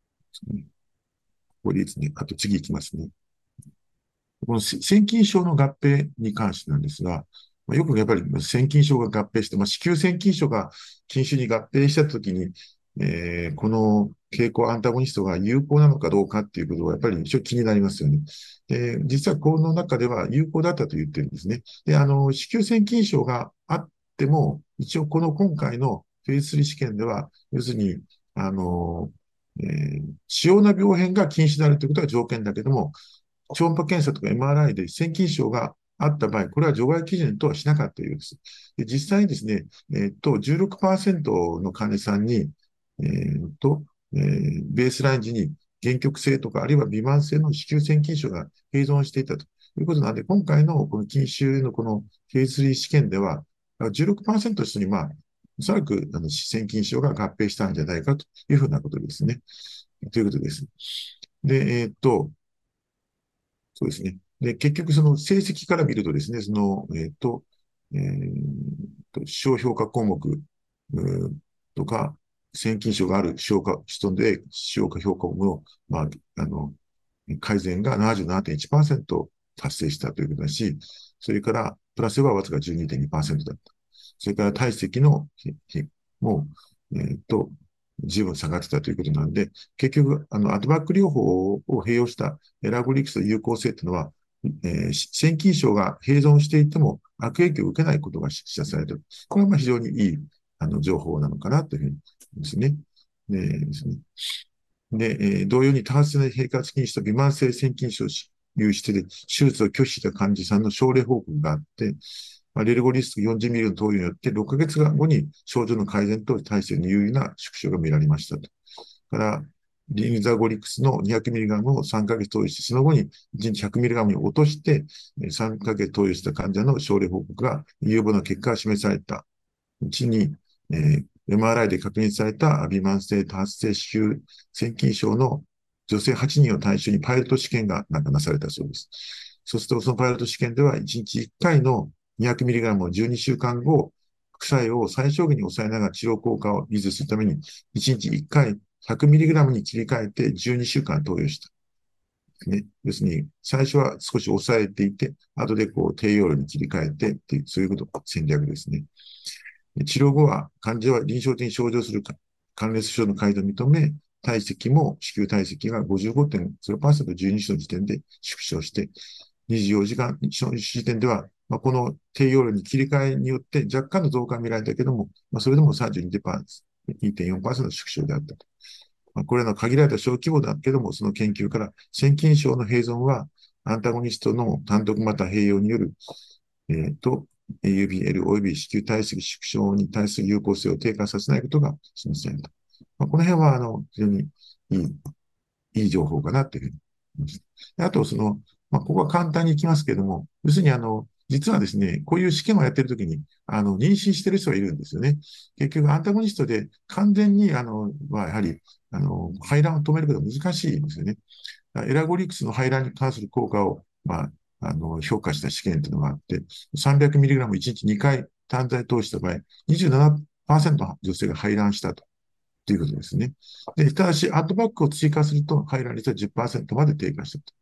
ここでですね、あと次行きますね。この腺筋症の合併に関してなんですが、まあ、よくやっぱり腺筋症が合併して、まあ、子宮腺筋症が筋腫に合併したときに、えー、この経口アンタゴニストが有効なのかどうかっていうことがやっぱり一応気になりますよね。で、実はこの中では有効だったと言ってるんですね。で、あの、子宮腺筋症があっても、一応この今回のフェーズスリー試験では、要するに、あの、えー、主要な病変が禁止であるということが条件だけども、超音波検査とか エムアールアイ で腺筋症があった場合、これは除外基準とはしなかったようです。で実際にですね、えっと、じゅうろくパーセントの患者さんに、えっと、えー、ベースライン時に限局性とか、あるいは微慢性の子宮腺筋症が併存していたということなので、今回のこの筋腫のこのフェーズスリー試験では、じゅうろくパーセントの人に、まあ、おそらくあの腺筋症が合併したんじゃないかというふうなことですね。ということです。で、えっと、そうですね。で、結局その成績から見るとですね、その、えっと、えーと、小評価項目、うーとか、先進症がある評価、人で、評価評価の、まあ、あの、改善がななじゅうななてんいちパーセント達成したということだし、それから、プラスはわずかじゅうにてんにパーセントだった。それから体積のも、えっと、十分下がってたということなんで、結局、あの、アドバック療法を併用したエラゴリクスの有効性というのは、えー、腺筋症が併存していても悪影響を受けないことが示唆されている。これはまあ非常にいいあの情報なのかなというふうにですね。でですね。で、えー、同様に多発性の閉会禁止と微慢性腺筋症を有してで、手術を拒否した患者さんの症例報告があって、まあ、レルゴリスク よんじゅうミリ の投与によってろっかげつ後に症状の改善と体制に有利な縮小が見られましたと。から、リンザゴリクスの にひゃくミリグラム をさんかげつ投与して、その後にいちにち ひゃくミリグラム に落として、さんかげつ投与した患者の症例報告が有望な結果が示された。うちに、えー、エムアールアイ で確認された微慢性多発性子宮腺筋症の女性はちにんを対象にパイロット試験がなされたそうです。そうすると、そのパイロット試験ではいちにちいっかいの にひゃくミリグラム をじゅうにしゅうかんご、副作用を最小限に抑えながら治療効果を維持するために、いちにちいっかい ひゃくミリグラム に切り替えてじゅうにしゅうかん投与した。ね、要するに、最初は少し抑えていて、後でこう低用量に切り替えてっていう、そういうこと、戦略ですね。治療後は患者は臨床的に症状する関連症の改善を認め、体積も子宮体積が ごじゅうごてんゼロパーセント じゅうに週の時点で縮小して、にじゅうよじかんの時点では、まあ、この低用量に切り替えによって若干の増加が見られたけども、まあ、それでも さんじゅうにてんよんパーセント の縮小であったと。まあ、これらの限られた小規模だけども、その研究から腺筋症の併存はアンタゴニストの単独また併用による、えー、と エーユービーエル 及び子宮体積縮小に対する有効性を低下させないことが示された。まあ、この辺はあの非常にいい、いい情報かなというふうに思います。あと、その、まあ、ここは簡単にいきますけれども、要するにあの、実はですね、こういう試験をやっているときに、あの、妊娠している人がいるんですよね。結局、アンタゴニストで完全に、あの、まあ、やはり、あの、排卵を止めることが難しいんですよね。エラゴリクスの排卵に関する効果を、まあ、あの、評価した試験というのがあって、さんびゃくミリグラムいちにちにかい単剤投与した場合、にじゅうななパーセントの女性が排卵したと。ということですね。で、ただし、アットバックを追加すると、排卵率はじゅっパーセントまで低下したと。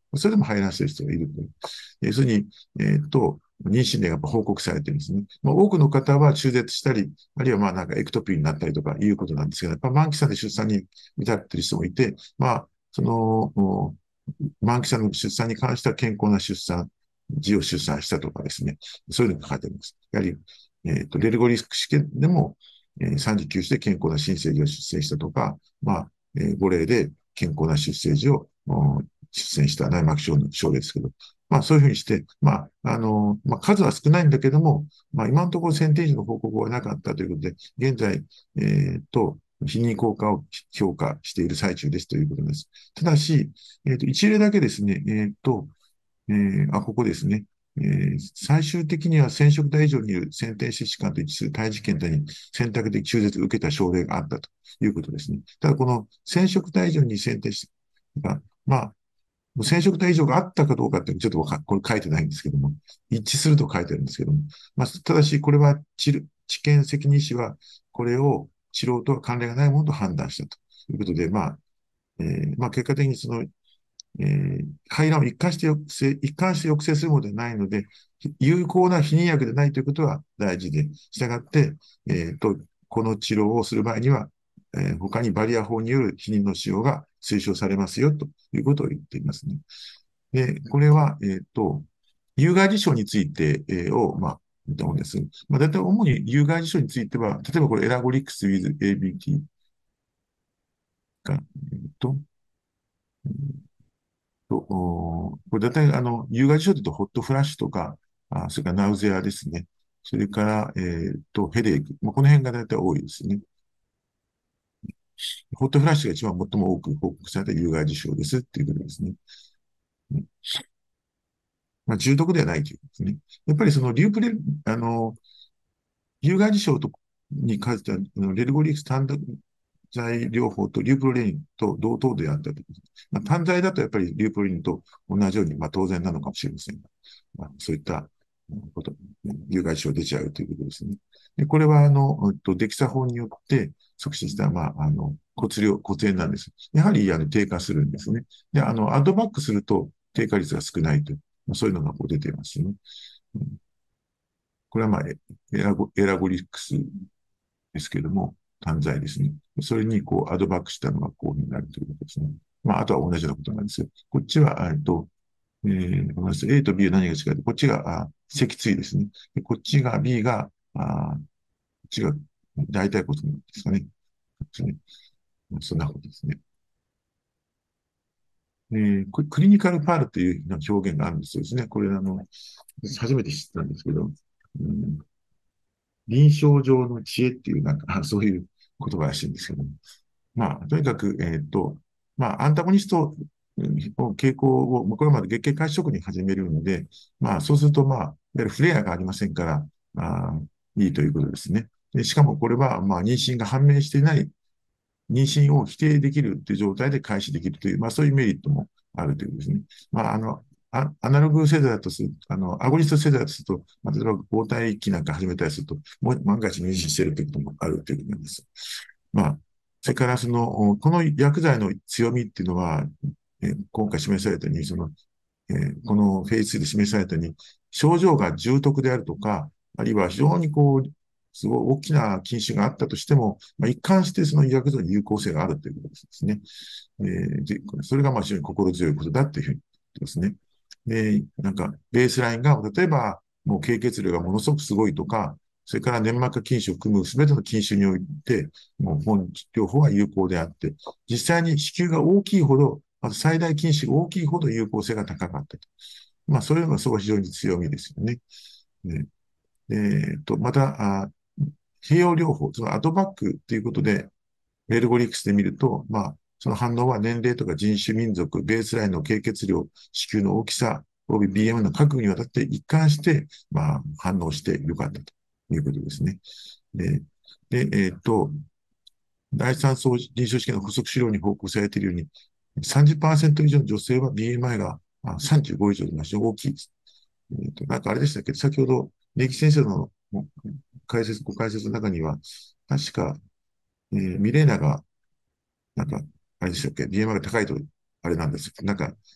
それでも排卵している人がいると。要するに、えっと、妊娠例が報告されてるんですね。まあ、多くの方は中絶したり、あるいはまあなんかエクトピーになったりとかいうことなんですけど、やっぱ満期産で出産に至っている人もいて、まあ、その、満期産の出産に関しては健康な出産、児を出産したとかですね、そういうのが書いてあります。やはり、えっと、レルゴリスク試験でも、えー、さんじゅうきゅう歳で健康な新生児を出生したとか、まあ、えー、ご例で健康な出生児を出生した内膜症の症例ですけど、まあそういうふうにして、まあ、あの、まあ数は少ないんだけども、まあ今のところ選定時の報告はなかったということで、現在、えっと、避妊効果を評価している最中ですということです。ただし、えっと、一例だけですね、えっと、えー、あ、ここですね。えー、最終的には染色体以上にいる先天疾患と一致する胎児検体に選択的中絶を受けた症例があったということですね。ただ、この染色体以上に先天疾患、まあ、染色体異常があったかどうかってちょっとこれ書いてないんですけども、一致すると書いてあるんですけども、まあ、ただし、これは治治験責任者は、これを治療とは関連がないものと判断したということで、まあ、えー、まあ、結果的にその、えー、排卵を一貫して抑制、一貫して抑制するものではないので、有効な避妊薬でないということは大事で、したがって、えー、と、この治療をする場合には、えー、他にバリア法による避妊の使用が推奨されますよということを言っていますね。で、これは、えっ、と、有害事象について、えーを、まあ、見たものです。まあ、大体主に有害事象については、例えばこれエラゴリックス with エービーティー か、えっ、と、と、これ大体、あの、有害事象というと、ホットフラッシュとか、あ、それからナウゼアですね。それから、えっと、ヘデーク。まあ、この辺が大体多いですね。ホットフラッシュが一番最も多く報告された有害事象ですっていうことですね。まあ、重篤ではないということですね。やっぱりそのリュープレ、あの、有害事象とに関しては、レルゴリックス単剤療法とリュープロレインと同等であったということです。まあ、単剤だとやっぱりリュープロレインと同じように、まあ、当然なのかもしれませんが、まあ、そういったこと、有害事象出ちゃうということですね。でこれは、あの、デキサ法によって促進した、まあ、あの、骨量、骨炎なんです。やはり、あの、低下するんですね。で、あの、アドバックすると低下率が少ないという、まあ、そういうのがこう出ていますね。うん、これは、まあ、エラゴ、エラゴリックスですけども、単剤ですね。それにこうアドバックしたのがこうになるということですね。まあ、あとは同じようなことなんですよ。こっちは、えっと、えー、ごめんなさい。A と B は何が違うか。こっちが、あ、脊椎ですね。でこっちが B が、あ、こっちが大腿骨ですかね。ですね。そんなことですね。えー、これクリニカルパールという表現があるんですよね。これ、あの、初めて知ったんですけど、うん、臨床上の知恵っていう、なんか、そういう言葉らしいんですけども、まあ、とにかく、えっと、まあ、アンタゴニストの傾向を、これまで月経開始直に始めるので、まあ、そうすると、まあ、いわゆるフレアがありませんから、あいいということですね。でしかもこれは、まあ、妊娠が判明していない妊娠を否定できるという状態で開始できるという、まあそういうメリットもあるということですね。まあ、あの、アアナログ世代だとする、あの、アゴニスト世代だとすると、まあ、例えば抗体期なんか始めたりすると、もう万が一妊娠しているということもあるということなんです。まあ、それからその、この薬剤の強みっていうのは、えー今回示されたように、その、えーこのフェイスツーで示されたように、症状が重篤であるとか、あるいは非常にこう、すごい大きな禁止があったとしても、まあ、一貫してその医薬剤に有効性があるということですね。えー、でそれがまあ非常に心強いことだっていうふうに言ってますね。で、なんか、ベースラインが、例えば、もう経血量がものすごくすごいとか、それから粘膜筋腫を含むすべての筋腫において、もう本療法は有効であって、実際に子宮が大きいほど、まず最大筋腫が大きいほど有効性が高かったと。まあ、そういうのがすごい非常に強みですよね。ねえー、と、また、あ併用療法、そのアドバックということで、エルゴリックスで見ると、まあ、その反応は年齢とか人種民族、ベースラインの経血量、子宮の大きさ、および ビーエム の各にわたって一貫して、まあ、反応してよかったということですね。で、でえっ、と、第三層臨床試験の補足資料に報告されているように、さんじゅっパーセント以上の女性は ビーエムアイ がさんじゅうご以上で非常に大きいです。えっ、と、なんかあれでしたっけど、先ほど、ネギ先生の解説、ご解説の中には、確か、えーミレーナがなんか、あれでしたっけ？ ビーエムアイ が高いと、あれなんですよ。なんか、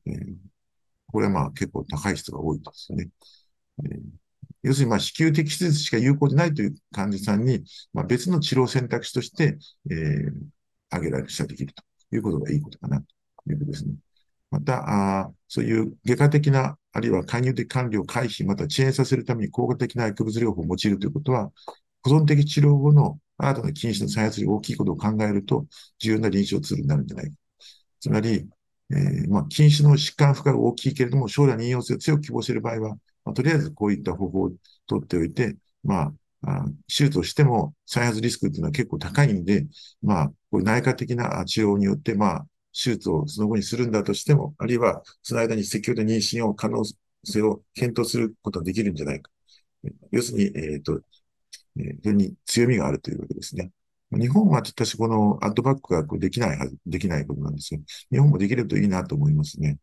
えーこれはまあ結構高い人が多いですよね。えー要するに、まあ、子宮摘出術しか有効でないという患者さんに、まあ、別の治療選択肢として、えー、挙げられる、したできるということがいいことかなということですね。また、あそういう外科的な、あるいは介入的管理を回避、また遅延させるために効果的な薬物療法を用いるということは、保存的治療後の新たな禁止の再発量が大きいことを考えると、重要な臨床ツールになるんじゃないか。つまり、えーまあ、禁止の疾患負荷が大きいけれども、将来に引用性を強く希望している場合は、まあ、とりあえずこういった方法を取っておいて、まあ、あ手術をしても再発リスクっていうのは結構高いんで、まあ、こういう内科的な治療によって、まあ、手術をその後にするんだとしても、あるいはその間に積極的妊娠を可能性を検討することができるんじゃないか。要するに、えっ、ー、と、非常に強みがあるというわけですね。日本は私このアットバックができないはず、できないことなんですよ。日本もできるといいなと思いますね。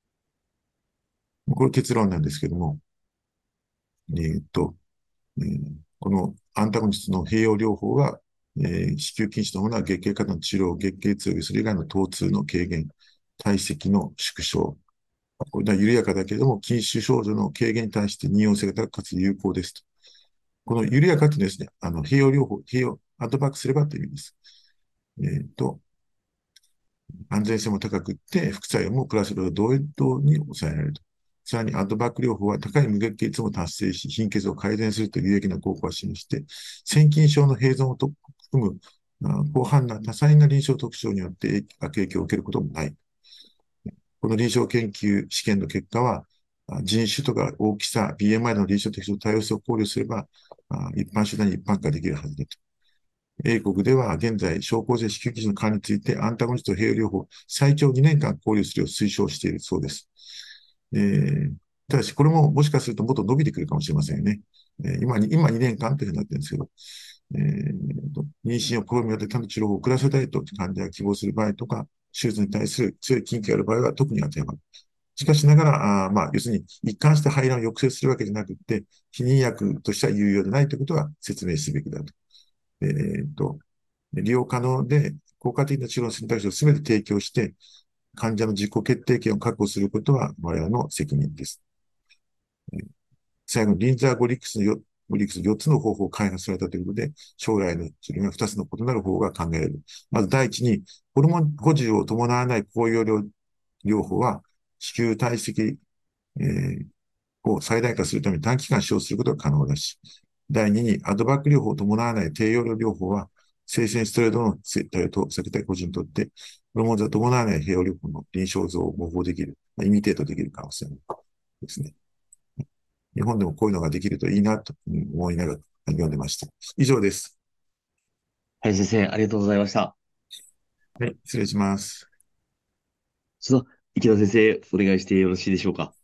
これ結論なんですけども、えっと、えーこのアンタゴニストの併用療法は、えー子宮筋腫の主な月経過の治療、月経痛、それ以外の疼痛の軽減、体積の縮小。これは緩やかだけれども、筋腫症状の軽減に対して妊用性が高くかつ有効ですと。この緩やかってですね、あの、併用療法、併用、アドバックすればという意味です。えっと、安全性も高くって、副作用もプラスロ同等に抑えられると。さらに、アドバック療法は高い無月経率も達成し、貧血を改善するという有益な効果を示して、腺筋症の併存を含む、広範な多彩な臨床特徴によって悪影響を受けることもない。この臨床研究試験の結果は、人種とか大きさ、ビーエムアイ の臨床特徴多様性を考慮すれば、一般手段に一般化できるはずだと。英国では現在、症候性子宮筋腫の管理について、アンタゴニスト併用療法、最長にねんかん考慮するよう推奨しているそうです。えー、ただし、これももしかするともっと伸びてくるかもしれませんよね。えー、今に、今にねんかんというふうになってるんですけど、えー、妊娠を試みよってちゃんと治療法を遅らせたいと患者が希望する場合とか、手術に対する強い禁忌がある場合は特に当てはまる。しかしながら、あまあ、要するに一貫して排卵を抑制するわけじゃなくて、避妊薬としては有用でないということは説明すべきだと。えー、と利用可能で効果的な治療の選択肢を全て提供して、患者の自己決定権を確保することは我々の責任です。最後にリンザーゴリックスのよゴリックスよっつの方法を開発されたということで、将来の治療がふたつの異なる方法が考えられる。まず第一に、ホルモン補充を伴わない高容量療法は、子宮体積、えー、を最大化するために短期間使用することが可能だし、第二に、アドバック療法を伴わない低容量療法は、生鮮ストレートの接待と避けたい個人にとって、ホルモン剤を伴わない併用療法の臨床像を模倣できる、まあ、イミテートできる可能性ですね。日本でもこういうのができるといいなと思いながら読んでました。以上です。 はい、先生、ありがとうございました。 はい、失礼します。 ちょっと、池田先生、お願いしてよろしいでしょうか。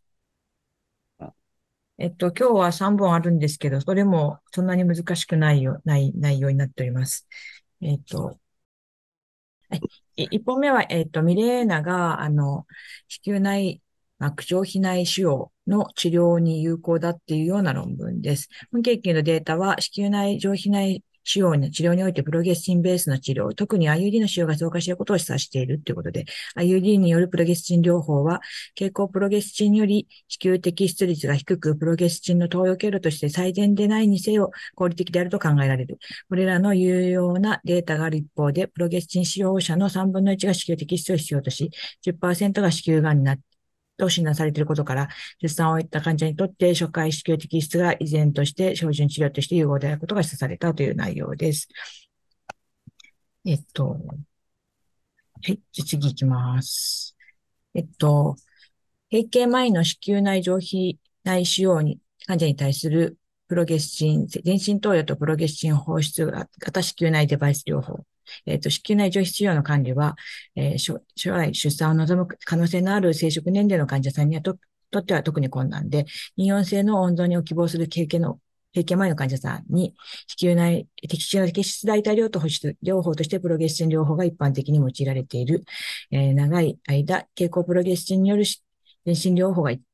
えっと、今日はさんぼんあるんですけど、それもそんなに難しくないよ、ない内容になっております。えっと、はい。い一本目は、えっと、ミレーナが、あの、子宮内膜上皮内腫瘍の治療に有効だっていうような論文です。本研究のデータは、子宮内上皮内腫瘍の治療においてプロゲスチンベースの治療、特に アイユーディー の使用が増加していることを示唆しているということで、アイユーディー によるプロゲスチン療法は、経口プロゲスチンより子宮摘出率が低く、プロゲスチンの投与経路として最善でないにせよ合理的であると考えられる。これらの有用なデータがある一方で、プロゲスチン使用者のさんぶんのいちが子宮摘出を必要とし、じゅっパーセントが子宮がんになって、と診断されていることから、出産を終えた患者にとって初回子宮摘出が依然として標準治療として有効であることが示唆されたという内容です。えっと、はい、じゃ次行きます。えっと、閉経前の子宮内上皮内腫瘍に患者に対するプロゲスチン、全身投与とプロゲスチン放出型子宮内デバイス療法。えっ、ー、と、子宮内上皮腫瘍の管理は、えー、将来出産を望む可能性のある生殖年齢の患者さんにはととっては特に困難で、妊娠性の温存にを希望する経験の閉経前の患者さんに、子宮内、適子宮摘出代替療と保湿療法としてプロゲスチン療法が一般的に用いられている、えー、長い間、経口プロゲスチンによる全身療法が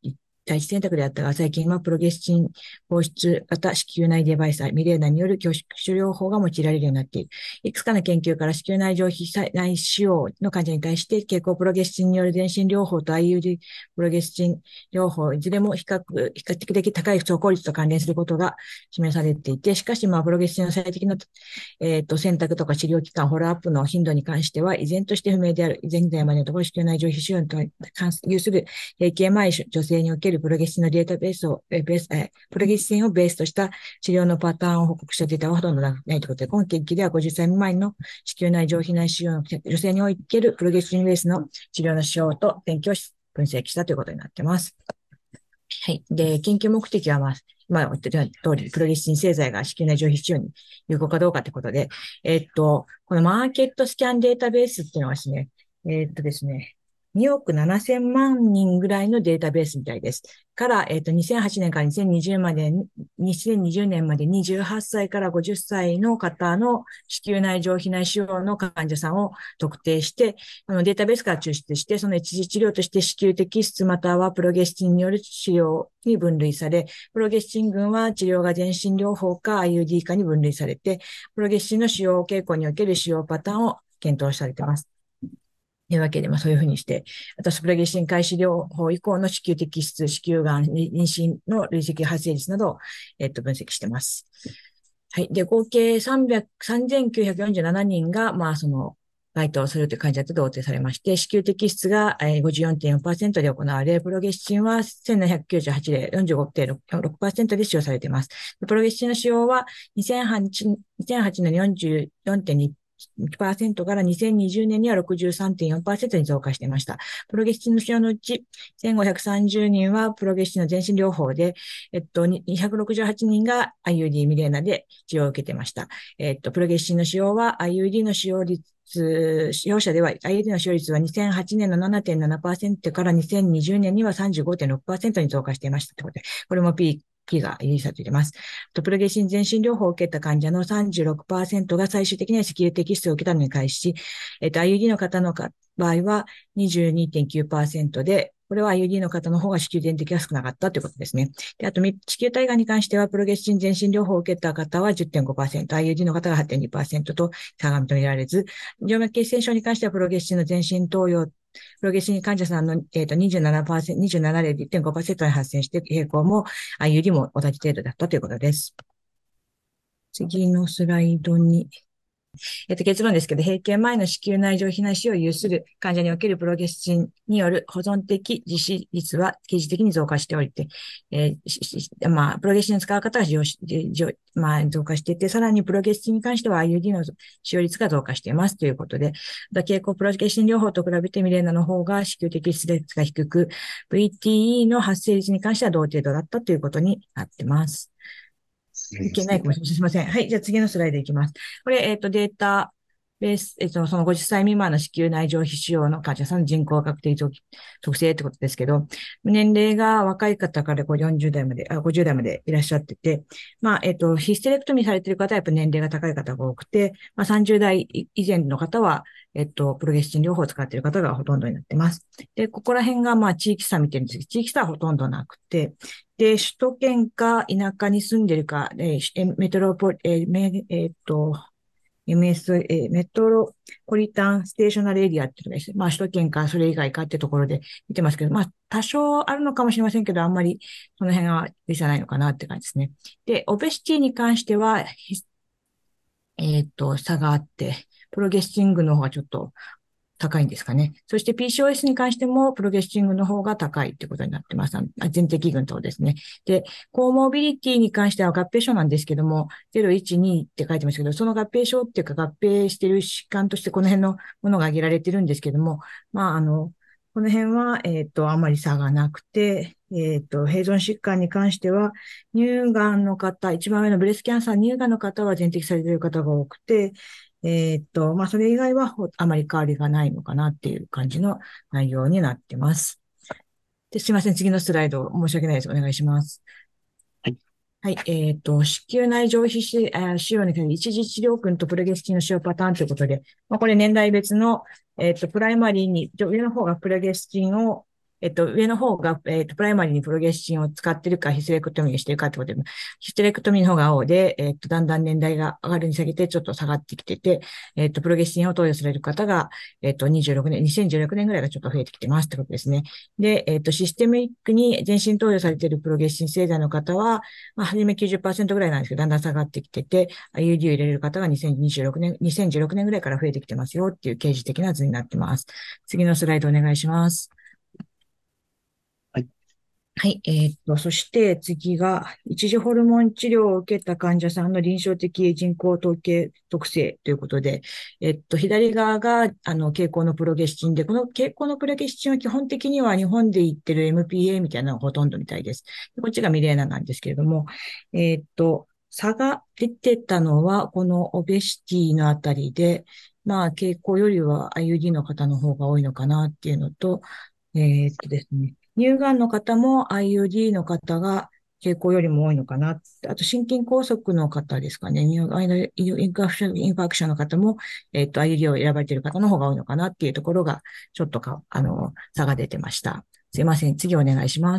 第一選択であったが、最近はプロゲスチン放出型子宮内デバイス、ミレーナによる挙手療法が用いられるようになっている。いくつかの研究から子宮内上皮内腫瘍の患者に対して、経口プロゲスチンによる全身療法と アイユーディー プロゲスチン療法、いずれも比較、比較的高い走行率と関連することが示されていて、しかし、まあ、プロゲスチンの最適な、えっと、選択とか治療期間、フォローアップの頻度に関しては、依然として不明である。現在までのところ、子宮内上皮腫瘍と有する閉経前女性におけるプロゲスチンのデータベースを、ベース、えプロゲスチンをベースとした治療のパターンを報告したデータはほとんどないということで、今研究ではごじゅっさい未満の子宮内上皮内腫瘍の女性におけるプロゲスチンベースの治療の指標と研究を分析したということになっています。はい。で、研究目的は、まあ、まあ、言った通り、プロゲスチン製剤が子宮内上皮腫瘍に有効かどうかということで、えっと、このマーケットスキャンデータベースっていうのはですね、えっとですね、におくななせんまんにんぐらいのデータベースみたいです。から、えっと、にせんはちねんからにせんにじゅうまで、にせんにじゅうねんまでにじゅうはっさいからごじゅっさいの方の子宮内上皮内腫瘍の患者さんを特定して、あのデータベースから抽出して、その一時治療として子宮摘出またはプロゲスチンによる治療に分類され、プロゲスチン群は治療が全身療法か アイユーディー かに分類されて、プロゲスチンの使用傾向における使用パターンを検討されています。というわけで、まあそういうふうにして、あとプロゲスチン開始療法以降の子宮摘出、子宮がん、妊娠の累積発生率などを、えっと、分析しています。はい。で、合計さんびゃく、さんぜんきゅうひゃくよんじゅうななにんが、まあその、該当するという患者と同定されまして、子宮摘出が ごじゅうよんてんよんパーセント で行われ、プロゲスチンはせんななひゃくきゅうじゅうはち例、よんじゅうごてんろくパーセント で使用されています。プロゲスチンの使用はにせんはちねんの よんじゅうよんてんにパーセント からにせんにじゅうねんには ろくじゅうさんてんよんパーセント に増加していました。プロゲスチンの使用のうち、せんごひゃくさんじゅうにんはプロゲスチンの全身療法で、えっと、にひゃくろくじゅうはちにんが アイユーディー ミレーナで治療を受けていました。えっと、プロゲスチンの使用は アイユーディー の使用率使用者では、アイユーディー の使用率はにせんはちねんの ななてんななパーセント からにせんにじゅうねんには さんじゅうごてんろくパーセント に増加していましたということで、これも P P が有意差と言っています。プロゲスチン全身療法を受けた患者の さんじゅうろくパーセント が最終的には子宮摘出を受けたのに対し、えっと、アイユーディー の方の場合は にじゅうにてんきゅうパーセント で、これは アイユーディー の方の方が子宮全摘が少なかったということですね。で、あと、子宮体がんに関しては、プロゲスチン全身療法を受けた方は じゅってんごパーセント、アイユーディー の方が はちてんにパーセント と差が認められず、静脈血栓症に関しては、プロゲスチンの全身投与、プロゲスチン患者さんの、えっと、にじゅうななパーセント、にじゅうなな例で いってんごパーセント に発生して、傾向も アイユーディー も同じ程度だったということです。次のスライドに。えっと、結論ですけど、閉経前の子宮内上皮内腫瘍を有する患者におけるプロゲスチンによる保存的致死率は刑事的に増加しておりて、えー、まあ、プロゲスチンを使う方がまあ、増加していて、さらにプロゲスチンに関しては アイユーディー の使用率が増加していますということで、経口プロゲスチン療法と比べてミレーナの方が子宮摘出率が低く、ブイティーイー の発生率に関しては同程度だったということになっています。いけないかもしれません。すみません。はい。じゃあ次のスライドいきます。これ、えっと、データベース、えっと、そのごじゅっさい未満の子宮内上皮腫瘍の患者さんの人口学的特性ってことですけど、年齢が若い方からこうよんじゅう代まで、あ、ごじゅう代までいらっしゃってて、まあ、えっと、ヒステレクトミーされている方はやっぱ年齢が高い方が多くて、まあ、さんじゅう代以前の方は、えっと、プロゲスチン療法を使っている方がほとんどになっています。で、ここら辺がまあ地域差見てるんですけど、地域差はほとんどなくて、で、首都圏か田舎に住んでるか、えー、メトロポリ、えー、めえー、っと、エムエス、えー、メトロポリタンステーショナルエリアっていうのがですね、まあ首都圏かそれ以外かっていうところで見てますけど、まあ多少あるのかもしれませんけど、あんまりその辺は出じゃないのかなって感じですね。で、オベシティに関しては、えっと、差があって、プロゲスチングの方がちょっと高いんですかね。そして ピーシーオーエス に関してもプロゲスチングの方が高いってことになってます。全摘群等ですね。で、コモビリティに関しては合併症なんですけども、ゼロ、いち、にって書いてますけど、その合併症っていうか合併している疾患としてこの辺のものが挙げられてるんですけども、まあ、あの、この辺は、えっと、あまり差がなくて、えっと、併存疾患に関しては、乳がんの方、一番上のブレストキャンサー、乳がんの方は全摘されている方が多くて、えっと、まあ、それ以外はあまり変わりがないのかなっていう感じの内容になってます。で、すいません。次のスライド、申し訳ないです。お願いします。 はい。 はい。えっと、子宮内上皮腫瘍に関する一時治療群とプロゲスチンの使用パターンということで、まあ、これ年代別の、えっと、プライマリーに、上の方がプロゲスチンをえっと、上の方が、えっと、プライマリーにプロゲスチンを使ってるか、ヒステレクトミーをしてるかってことで、ヒステレクトミーの方が青で、えっと、だんだん年代が上がるに下げて、ちょっと下がってきてて、えっと、プロゲスチンを投与される方が、えっと、にじゅうろくねん、にせんじゅうろくねんぐらいがちょっと増えてきてますってことですね。で、えっと、システムイックに全身投与されているプロゲスチン製剤の方は、まあ、初めきゅうじゅっパーセントぐらいなんですけど、だんだん下がってきてて、アイユーディー を入れる方がにせんにじゅうろくねん、にせんじゅうろくねんぐらいから増えてきてますよっていう掲示的な図になってます。次のスライドお願いします。 はい。 はい。えーっと、そして次が、一時ホルモン治療を受けた患者さんの臨床的人工統計特性ということで、えっと、左側が、あの、経口のプロゲスチンで、この経口のプロゲスチンは基本的には日本で言ってる エムピーエー みたいなのがほとんどみたいです。こっちがミレーナなんですけれども、えーっと、差が出てたのは、このオベシティのあたりで、まあ、経口よりは アイユーディー の方の方が多いのかなっていうのと、えーっとですね、乳がんの方も アイユーディー の方が経口よりも多いのかな。あと、心筋梗塞の方ですかね。乳がんインファクション、インファクションの方も、えっと、アイユーディー を選ばれている方の方が多いのかなっていうところが、ちょっとか、あの、差が出てました。すいません。次お願いします。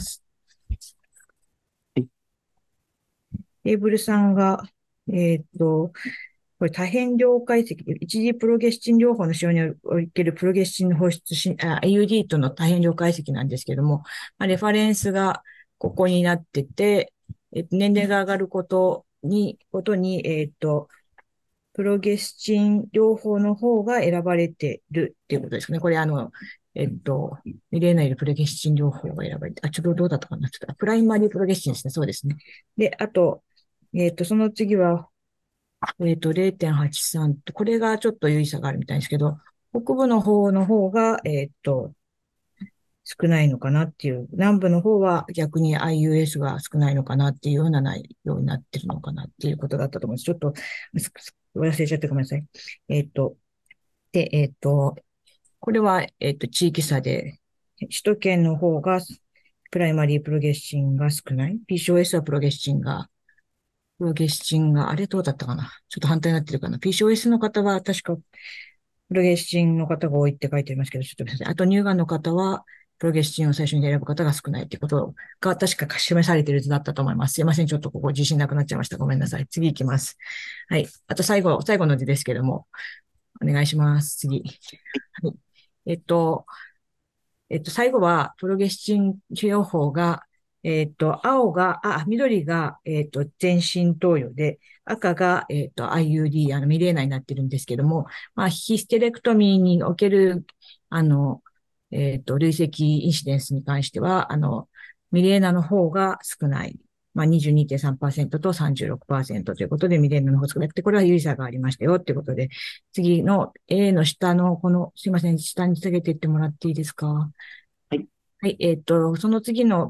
テーブルさんが、えっと、これ多変量解析で、一次プロゲスチン療法の使用におけるプロゲスチンの放出し、あ、アイユーディー との多変量解析なんですけども、まあ、レファレンスがここになってて、えっと、年齢が上がることに、ことに、えっと、プロゲスチン療法の方が選ばれてるっていうことですね。これあの、えっと、ミレーナイルプロゲスチン療法が選ばれて、あ、ちょっとどうだったかなちょっと、プライマリープロゲスチンですね。そうですね。で、あと、えっと、その次は、えっと、れいてんはちさんと、これがちょっと有意差があるみたいですけど、北部の方の方が、えっと、少ないのかなっていう、南部の方は逆に アイユーエス が少ないのかなっていうような内容になってるのかなっていうことだったと思います。ちょっと、忘れちゃってごめんなさい。えっと、で、えっと、これは、えっと、地域差で、首都圏の方が、プライマリープロゲスチンが少ない。ピーシーオーエス はプロゲスチンがプロゲスチンが、あれどうだったかなちょっと反対になってるかな ?ピーシーオーエス の方は確か、プロゲスチンの方が多いって書いてありますけど、ちょっとすみません。あと、乳がんの方は、プロゲスチンを最初に選ぶ方が少ないってことが確か示されている図だったと思います。すいません。ちょっとここ自信なくなっちゃいました。ごめんなさい。次行きます。はい。あと最後、最後の図ですけども、お願いします。次。はい。えっと、えっと、最後は、プロゲスチン治療法が、えっと、青が、あ、緑が、えっと、全身投与で、赤が、えっと、アイユーディー、あの、ミレーナになってるんですけども、まあ、ヒステレクトミーにおける、あの、えっと、累積インシデンスに関しては、あの、ミレーナの方が少ない。まあ、にじゅうにてんさんパーセント とさんじゅうろくパーセントということで、ミレーナの方が少なくて、これは有意差がありましたよっていうことで、次の A の下の、この、すいません、下に下げていってもらっていいですか。 はい。 はい、えっと、その次の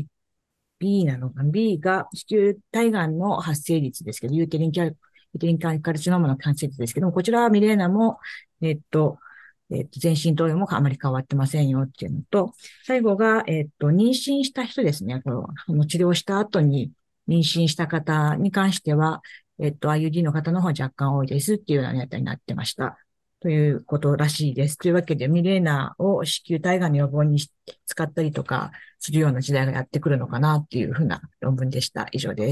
B、B なのかな ?B が子宮体がんの発生率ですけど、ユーテリンキャル、ユーテリンカルシノーマの発生率ですけども、こちらはミレーナも、えっと、えっと、全身投与もあまり変わってませんよっていうのと、最後が、えっと、妊娠した人ですね。この、この治療した後に妊娠した方に関しては、えっと、アイユーディー の方の方が若干多いですっていうようなネタになってました。ということらしいです。というわけで、ミレーナを子宮体がんの予防に使ったりとかするような時代がやってくるのかなっていうふうな論文でした。以上です。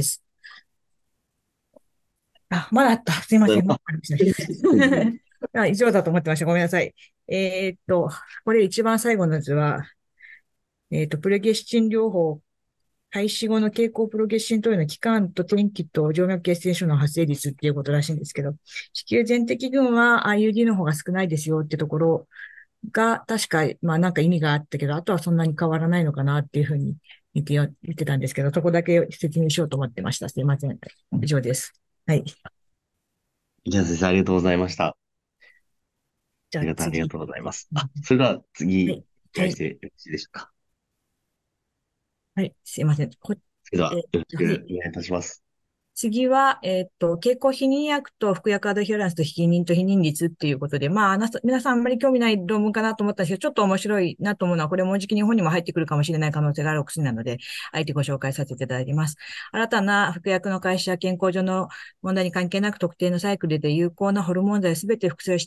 あ、まだあった。すいません。まだありましたあ以上だと思ってました。ごめんなさい。えーっと、これ一番最後の図は、えーっと、プロゲスチン療法開始後の経口プロゲスチン投与の期間と天気と静脈血栓症の発生率っていうことらしいんですけど、子宮全摘群は アイユーディー の方が少ないですよってところが、確か、まあなんか意味があったけど、あとはそんなに変わらないのかなっていうふうに言ってよ言ってたんですけど、そこだけ説明しようと思ってました。すいません。以上です。はい。 じゃあ先生、ありがとうございました。 じゃありがとう、ありがあ次。 とうございます。あ、それでは次、 はい。 お願いしはい。 てよろしいでしょうか。 はい。すいません。こ、 それでは、 えよろしくはい。 お願いいたします。 次は、えっと、経口避妊薬と服薬アドヒアランスと避妊と避妊率っていうことで、まあ、あなた皆さんあんまり興味ない論文かなと思ったんですけど、ちょっと面白いなと思うのは、これもうじき日本にも入ってくるかもしれない可能性があるお薬なので、あえてご紹介させていただきます。新たな服薬の開始や健康上の問題に関係なく特定のサイクルで有効なホルモン剤をすべて複製した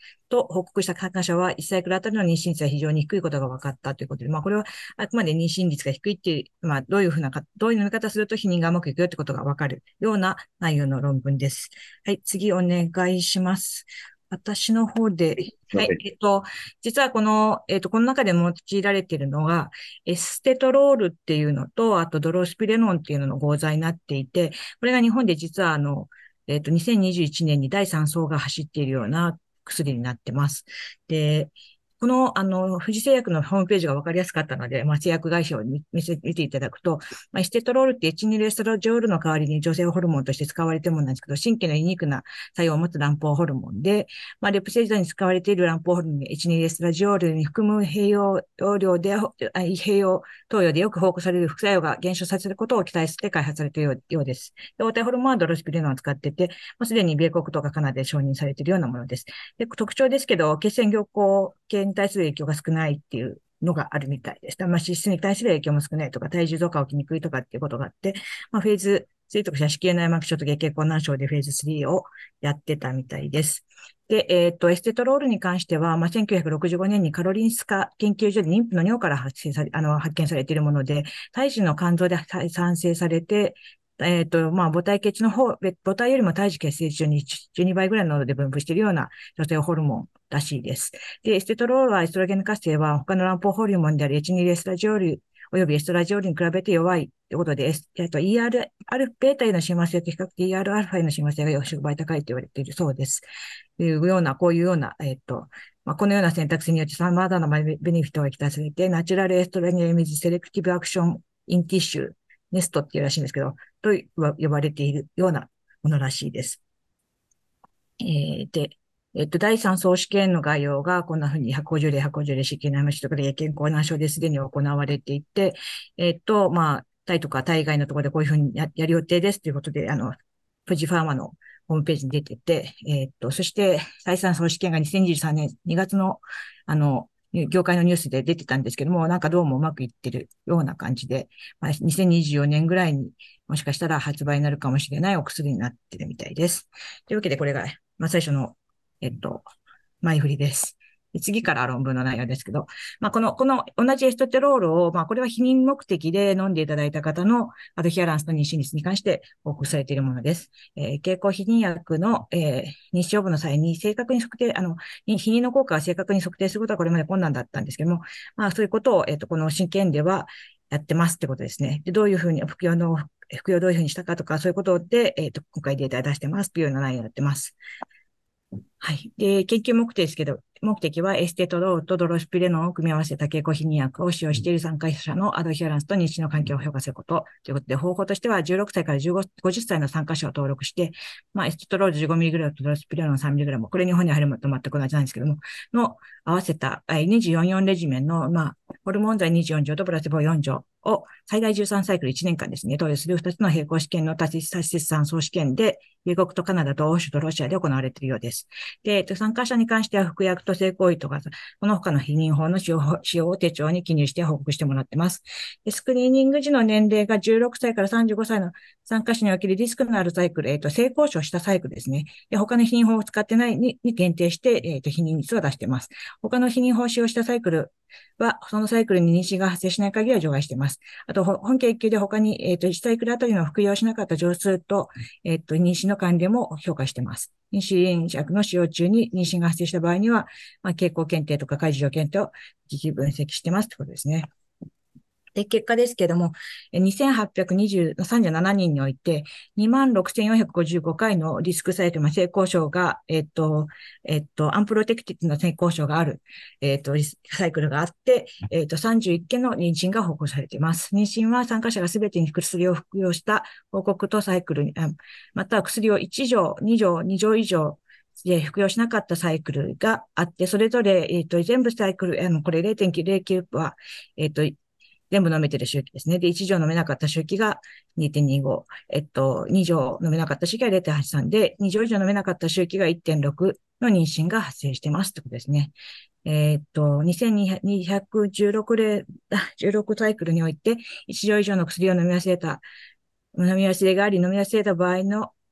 と報告した参加者はいちサイクルあたりの妊娠率が非常に低いことが分かったということで、まあ、これはあくまで妊娠率が低いっていう、まあ、どういうふうなか、どういう飲み方すると避妊がうまくいくよってことが分かるような内容の論文です。はい、次お願いします。私の方で、はい、えっと、実はこの、えっと、この中で用いられているのが、エステトロールっていうのと、あとドロスピレノンっていうのの合剤になっていて、これが日本で実はあの、えっと、にせんにじゅういちねんにだいさん相が走っているような薬になってます。で、この、あの、富士製薬のホームページが分かりやすかったので、まあ、製薬会社を見見せ、見ていただくと、まあ、エステトロールって エイチツー レストロジョールの代わりに女性ホルモンとして使われているものなんですけど、神経のユニークな作用を持つ卵胞ホルモンで、まあ、レプセジダに使われている卵胞ホルモンに エイチツー レストロジョールに含む併用量で、併用投与でよく報告される副作用が減少させることを期待して開発されているようです。で、黄体ホルモンはドロスピレノンを使っていて、まあ、すでに米国とかカナダで承認されているようなものです。で、特徴ですけど、血栓凝固系に対する影響が少ないっていうのがあるみたいです。まあ、脂質に対する影響も少ないとか、体重増加起きにくいとかっていうことがあって、まあ、フェーズスリーとか、子宮内膜症と月経困難症でフェーズスリーをやってたみたいです。で、えっと、エステトロールに関しては、まあ、せんきゅうひゃくろくじゅうごねんにカロリンスカ研究所で妊婦の尿から発生され、あの、発見されているもので、胎児の肝臓で産生されて、えっと、まあ、母体血の方、母体よりも胎児血清中にじゅうにばいぐらいの濃度で分布しているような女性ホルモンらしいです。で、エステトロールはエストロゲン活性は他の卵胞ホルモンである エイチツー エストラジオールおよびエストラジオールに比べて弱いということで、えっと、イーアール、アルベータへの親和性と比較的 イーアール アルファへの親和性がよんばい高いと言われているそうです。というような、こういうような、えっと、まあ、このような選択肢によって様々なベネフィットが期待されて、ナチュラルエストロゲンミズセレクティブアクションインティッシュ、ネストっていうらしいんですけど、と呼ばれているようなものらしいです。えー、で、えっと、だいさん相試験の概要がこんな風にひゃくごじゅう例、ひゃくごじゅう例、子宮内膜症とかで健康難症ですでに行われていて、えっと、まあ、タイとかタイ外のところでこういう風に や, やる予定ですということで、あの、富士ファーマのホームページに出てて、えっと、そして、だいさん相試験がにせんにじゅうさんねんにがつの、あの、業界のニュースで出てたんですけども、なんかどうもうまくいってるような感じで、まあ、にせんにじゅうよねんぐらいにもしかしたら発売になるかもしれないお薬になってるみたいです。というわけで、これが、まあ、最初の、えっと、前振りです。次から論文の内容ですけど、まあ、この、この同じエストテロールを、まあ、これは避妊目的で飲んでいただいた方のアドヒアランスと妊娠率に関して報告されているものです。えー、経口避妊薬の、えー、妊娠予防の際に正確に測定、あの、避妊の効果を正確に測定することはこれまで困難だったんですけども、まあ、そういうことを、えっと、この試験ではやってますってことですね。で、どういうふうに、服用の、服用どういうふうにしたかとか、そういうことで、えっと、今回データを出してますというような内容になってます。はい。で、研究目的ですけど、目的はエステトロールとドロスピレノンを組み合わせた経口避妊薬を使用している参加者のアドヒアランスと妊娠の環境を評価することということで、方法としてはじゅうろくさいからじゅうご、ごじゅっさいの参加者を登録して、まあ、エステトロール じゅうごミリグラム とドロスピレノン さんミリグラム、これ日本に入るのと全く同じなんですけども、の合わせたにじゅうよんじゅうよんレジメンの、まあ、ホルモン剤にじゅうよん錠とプラセボよん錠を最大じゅうさんサイクルいちねんかんですね、投与するふたつの並行試験の多施算相試験で、米国とカナダと欧州とロシアで行われているようです。で、参加者に関しては服薬と性行為とか、この他の避妊法の使用使用を手帳に記入して報告してもらってます。でスクリーニング時の年齢がじゅうろくさいからさんじゅうごさいの参加者におけるリスクのあるサイクル、えっ、ー、と、性交渉したサイクルですね。で、他の避妊法を使ってないにに限定して、えっ、ー、と、避妊率を出しています。他の避妊法を使用したサイクルは、そのサイクルに妊娠が発生しない限りは除外しています。あと、本研究で他に、えっ、ー、と、いちサイクルあたりの服用しなかった錠数と、えっ、と、妊娠の管理も評価しています。妊娠薬の使用中に妊娠が発生した場合には、まあ、傾向検定とか開示条検定を機器分析してますってことですね。で、結果ですけども、にせんはっぴゃくさんじゅうななにんにおいて、にまんろくせんよんひゃくごじゅうごかいのリスクサイト、まあ、性交渉が、えっと、えっと、アンプロテクティブな性交渉がある、えっと、サイクルがあって、えっと、さんじゅういっけんの妊娠が報告されています。妊娠は参加者がすべてに薬を服用した報告とサイクルに、または薬をいち錠、に錠、に錠以上、で、服用しなかったサイクルがあって、それぞれ、えっと、全部サイクル、あの、これ れいてんきゅうぜろきゅう は、えっと、全部飲めてる周期ですね。で、いち錠飲めなかった周期が にてんにご。えっと、に錠飲めなかった周期が れいてんはちさん で、に錠以上飲めなかった周期が いってんろく の妊娠が発生してますってことですね。えっと、にせんにひゃくじゅうろく例、じゅうろくサイクルにおいて、いち錠以上の薬を飲み忘れた、飲み忘れがあり、飲み忘れた場合の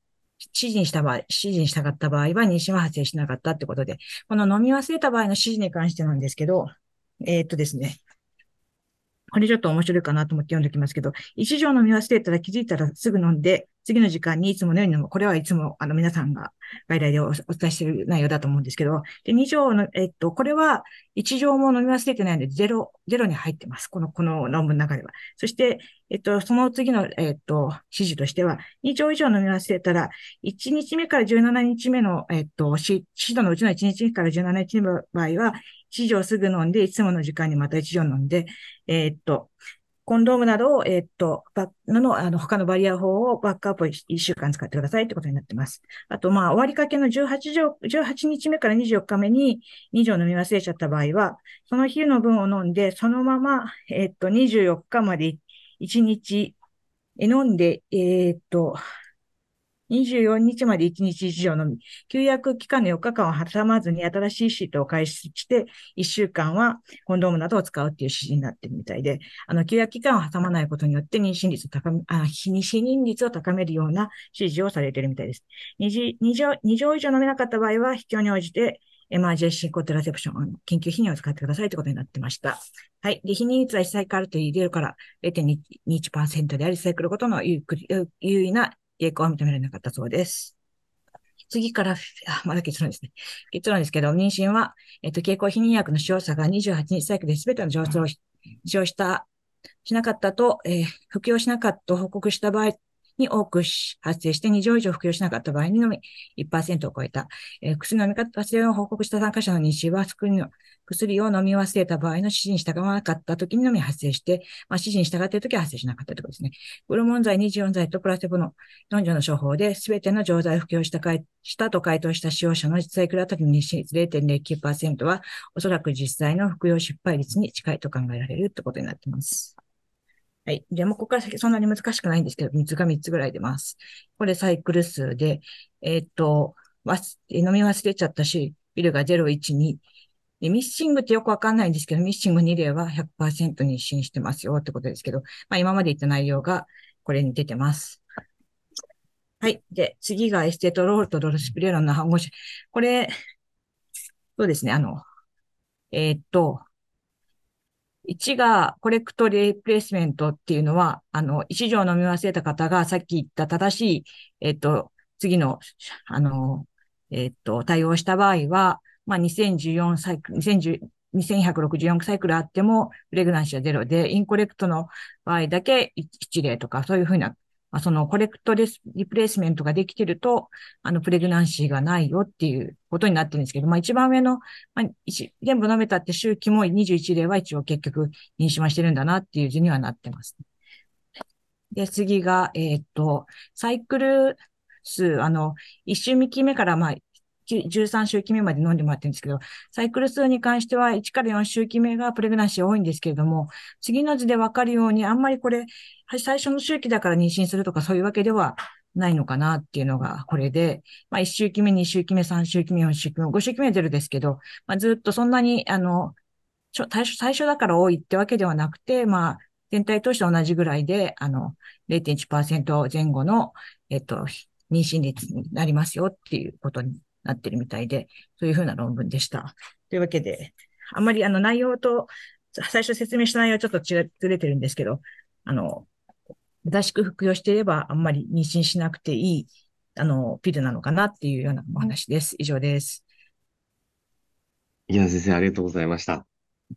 指示にした場合、指示に従った場合は妊娠は発生しなかったってことで、この飲み忘れた場合の指示に関してなんですけど、えーっとですね、これちょっと面白いかなと思って読んでおきますけど、一錠飲み忘れたら気づいたらすぐ飲んで、次の時間にいつものように飲む。これはいつもあの皆さんが外来でお、お伝えしている内容だと思うんですけど、で、二錠の、えっと、これは一錠も飲み忘れてないので、ゼロ、ゼロに入ってます。この、この論文の中では。そして、えっと、その次の、えっと、指示としては、二錠以上飲み忘れたら、いちにちめからじゅうしちにちめの、えっと、指指導のうちのいちにちめからじゅうしちにちめの場合は、一錠すぐ飲んで、いつもの時間にまた一錠飲んで、えっと、コンドームなどを、えっと、バの、あの、他のバリア法をバックアップいっしゅうかん使ってくださいってことになってます。あと、まあ、終わりかけのじゅうはち錠、じゅうはちにちめからにじゅうよっかめにに錠飲み忘れちゃった場合は、その日の分を飲んで、そのまま、えっと、にじゅうよっかまでいちにち飲んで、えっと、にじゅうよっかまでいちにちいち錠のみ、休薬期間のよっかかんを挟まずに新しいシートを開始して、いっしゅうかんはコンドームなどを使うっていう指示になっているみたいで、あの、休薬期間を挟まないことによって妊娠率を高め、あ、妊娠率を高めるような指示をされているみたいです。に錠、に錠以上飲めなかった場合は、必要に応じて、エマージェンシーコントラセプション、緊急避妊を使ってくださいということになってました。はい。で、避妊率はいっさいからというゼロから れいてんにいちパーセント であり、サイクルごとの有有意な傾向は認められなかったそうです。次から、あ、まだ結論ですね。結論ですけど、妊娠は、えっと、経口避妊薬の使用者がにじゅうはちにちサイクルで全ての上昇を使用した、しなかったと、えー、服用しなかったと報告した場合に多く発生して、に錠以上服用しなかった場合にのみ いちパーセント を超えた。えー、薬の飲み方忘れを報告した参加者の妊娠は、薬の薬を飲み忘れた場合の指示に従わなかった時にのみ発生して、まあ、指示に従っている時は発生しなかったということですね。ホルモン剤にじゅうよん剤とプラセボのよん錠の処方で、すべての錠剤を服用したしたと回答した使用者の実際クラ時の妊娠率 れいてんれいきゅうパーセント は、おそらく実際の服用失敗率に近いと考えられるということになっています。はい。じゃあもうここから先そんなに難しくないんですけど、みっつがみっつぐらい出ます。これサイクル数で、えー、っと、飲み忘れちゃったし、ビルがゼロ、いち、に。でミッシングってよくわかんないんですけど、ミッシングに例は ひゃくパーセント 妊娠してますよってことですけど、まあ今まで言った内容がこれに出てます。はい。で、次がエステトロールとドルスピレロンの反応者。これ、そうですね、あの、えー、っと、いちがコレクトリプレイスメントっていうのは、あの、いち錠飲み忘れた方がさっき言った正しい、えっと、次の、あの、えっと、対応した場合は、まあ、にせんじゅうよんサイクル、にせんじゅう、にせんひゃくろくじゅうよんサイクルあっても、プレグナンシーはゼロで、インコレクトの場合だけいち例とか、そういうふうな、まあ、そのコレクトリプレイスメントができてると、あの、プレグナンシーがないよっていうことになってるんですけど、まあ、一番上の、まあ、一全部飲めたって周期もにじゅういち例は一応結局妊娠はしてるんだなっていう図にはなってます。で、次が、えーっと、サイクル数、あの、いち周期目からまあ、じゅうさん周期目まで飲んでもらってるんですけど、サイクル数に関してはいちからよん周期目がプレグナンシー多いんですけれども、次の図でわかるように、あんまりこれ、最初の周期だから妊娠するとかそういうわけではないのかなっていうのがこれで、まあいち周期目、に周期目、さん周期目、よん周期目、ご周期目はゼロですけど、まあずっとそんなに、あの、最初、最初だから多いってわけではなくて、まあ、全体として同じぐらいで、あの、れいてんいちパーセント 前後の、えっと、妊娠率になりますよっていうことになってるみたいで、そういうふうな論文でした。というわけで、あんまりあの内容と、最初説明した内容はちょっと違ずれてるんですけど、あの、正しく服用していればあんまり妊娠しなくていい、あの、ピルなのかなっていうようなお話です。以上です。 池田先生、ありがとうございました。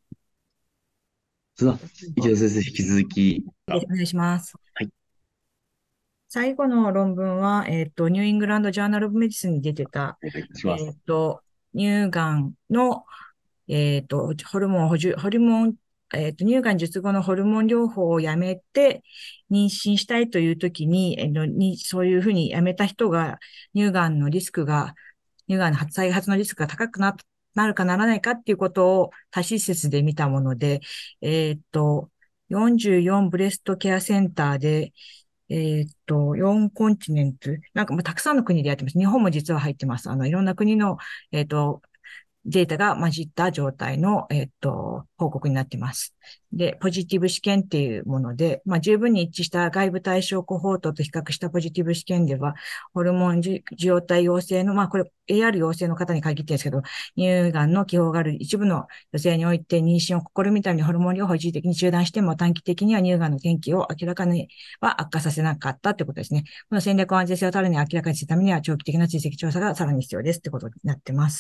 それでは、池田先生、引き続き、 お願いします。 はい。 最後の論文は、えっと、ニューイングランド・ジャーナル・オブ・メディスンに出てた、 お願いいたします。 えっと、乳がんの、えっと、ホルモン補充、ホルモン、えっと、乳がん術後のホルモン療法をやめて、妊娠したいというときに、えっと、に、そういうふうにやめた人が、乳がんのリスクが、乳がんの再発のリスクが高くな、なるかならないかっていうことを多施設で見たもので、えっと、よんじゅうよんブレストケアセンターで、えっと、よんコンチネント、なんかもうたくさんの国でやってます。日本も実は入ってます。あの、いろんな国の、えっと、 データが混じった状態の、えっと、報告になっています。で、ポジティブ試験っていうもので、まあ、十分に一致した外部対象コホートと比較したポジティブ試験では、ホルモン受容体陽性の、まあ、これ エーアール 陽性の方に限ってるんですけど、乳がんの記号がある一部の女性において妊娠を試みためにホルモン療法を一時的に中断しても短期的には乳がんの転機を明らかには悪化させなかったということですね。この戦略安全性をさらに明らかにするためには長期的な追跡調査がさらに必要ですということになっています。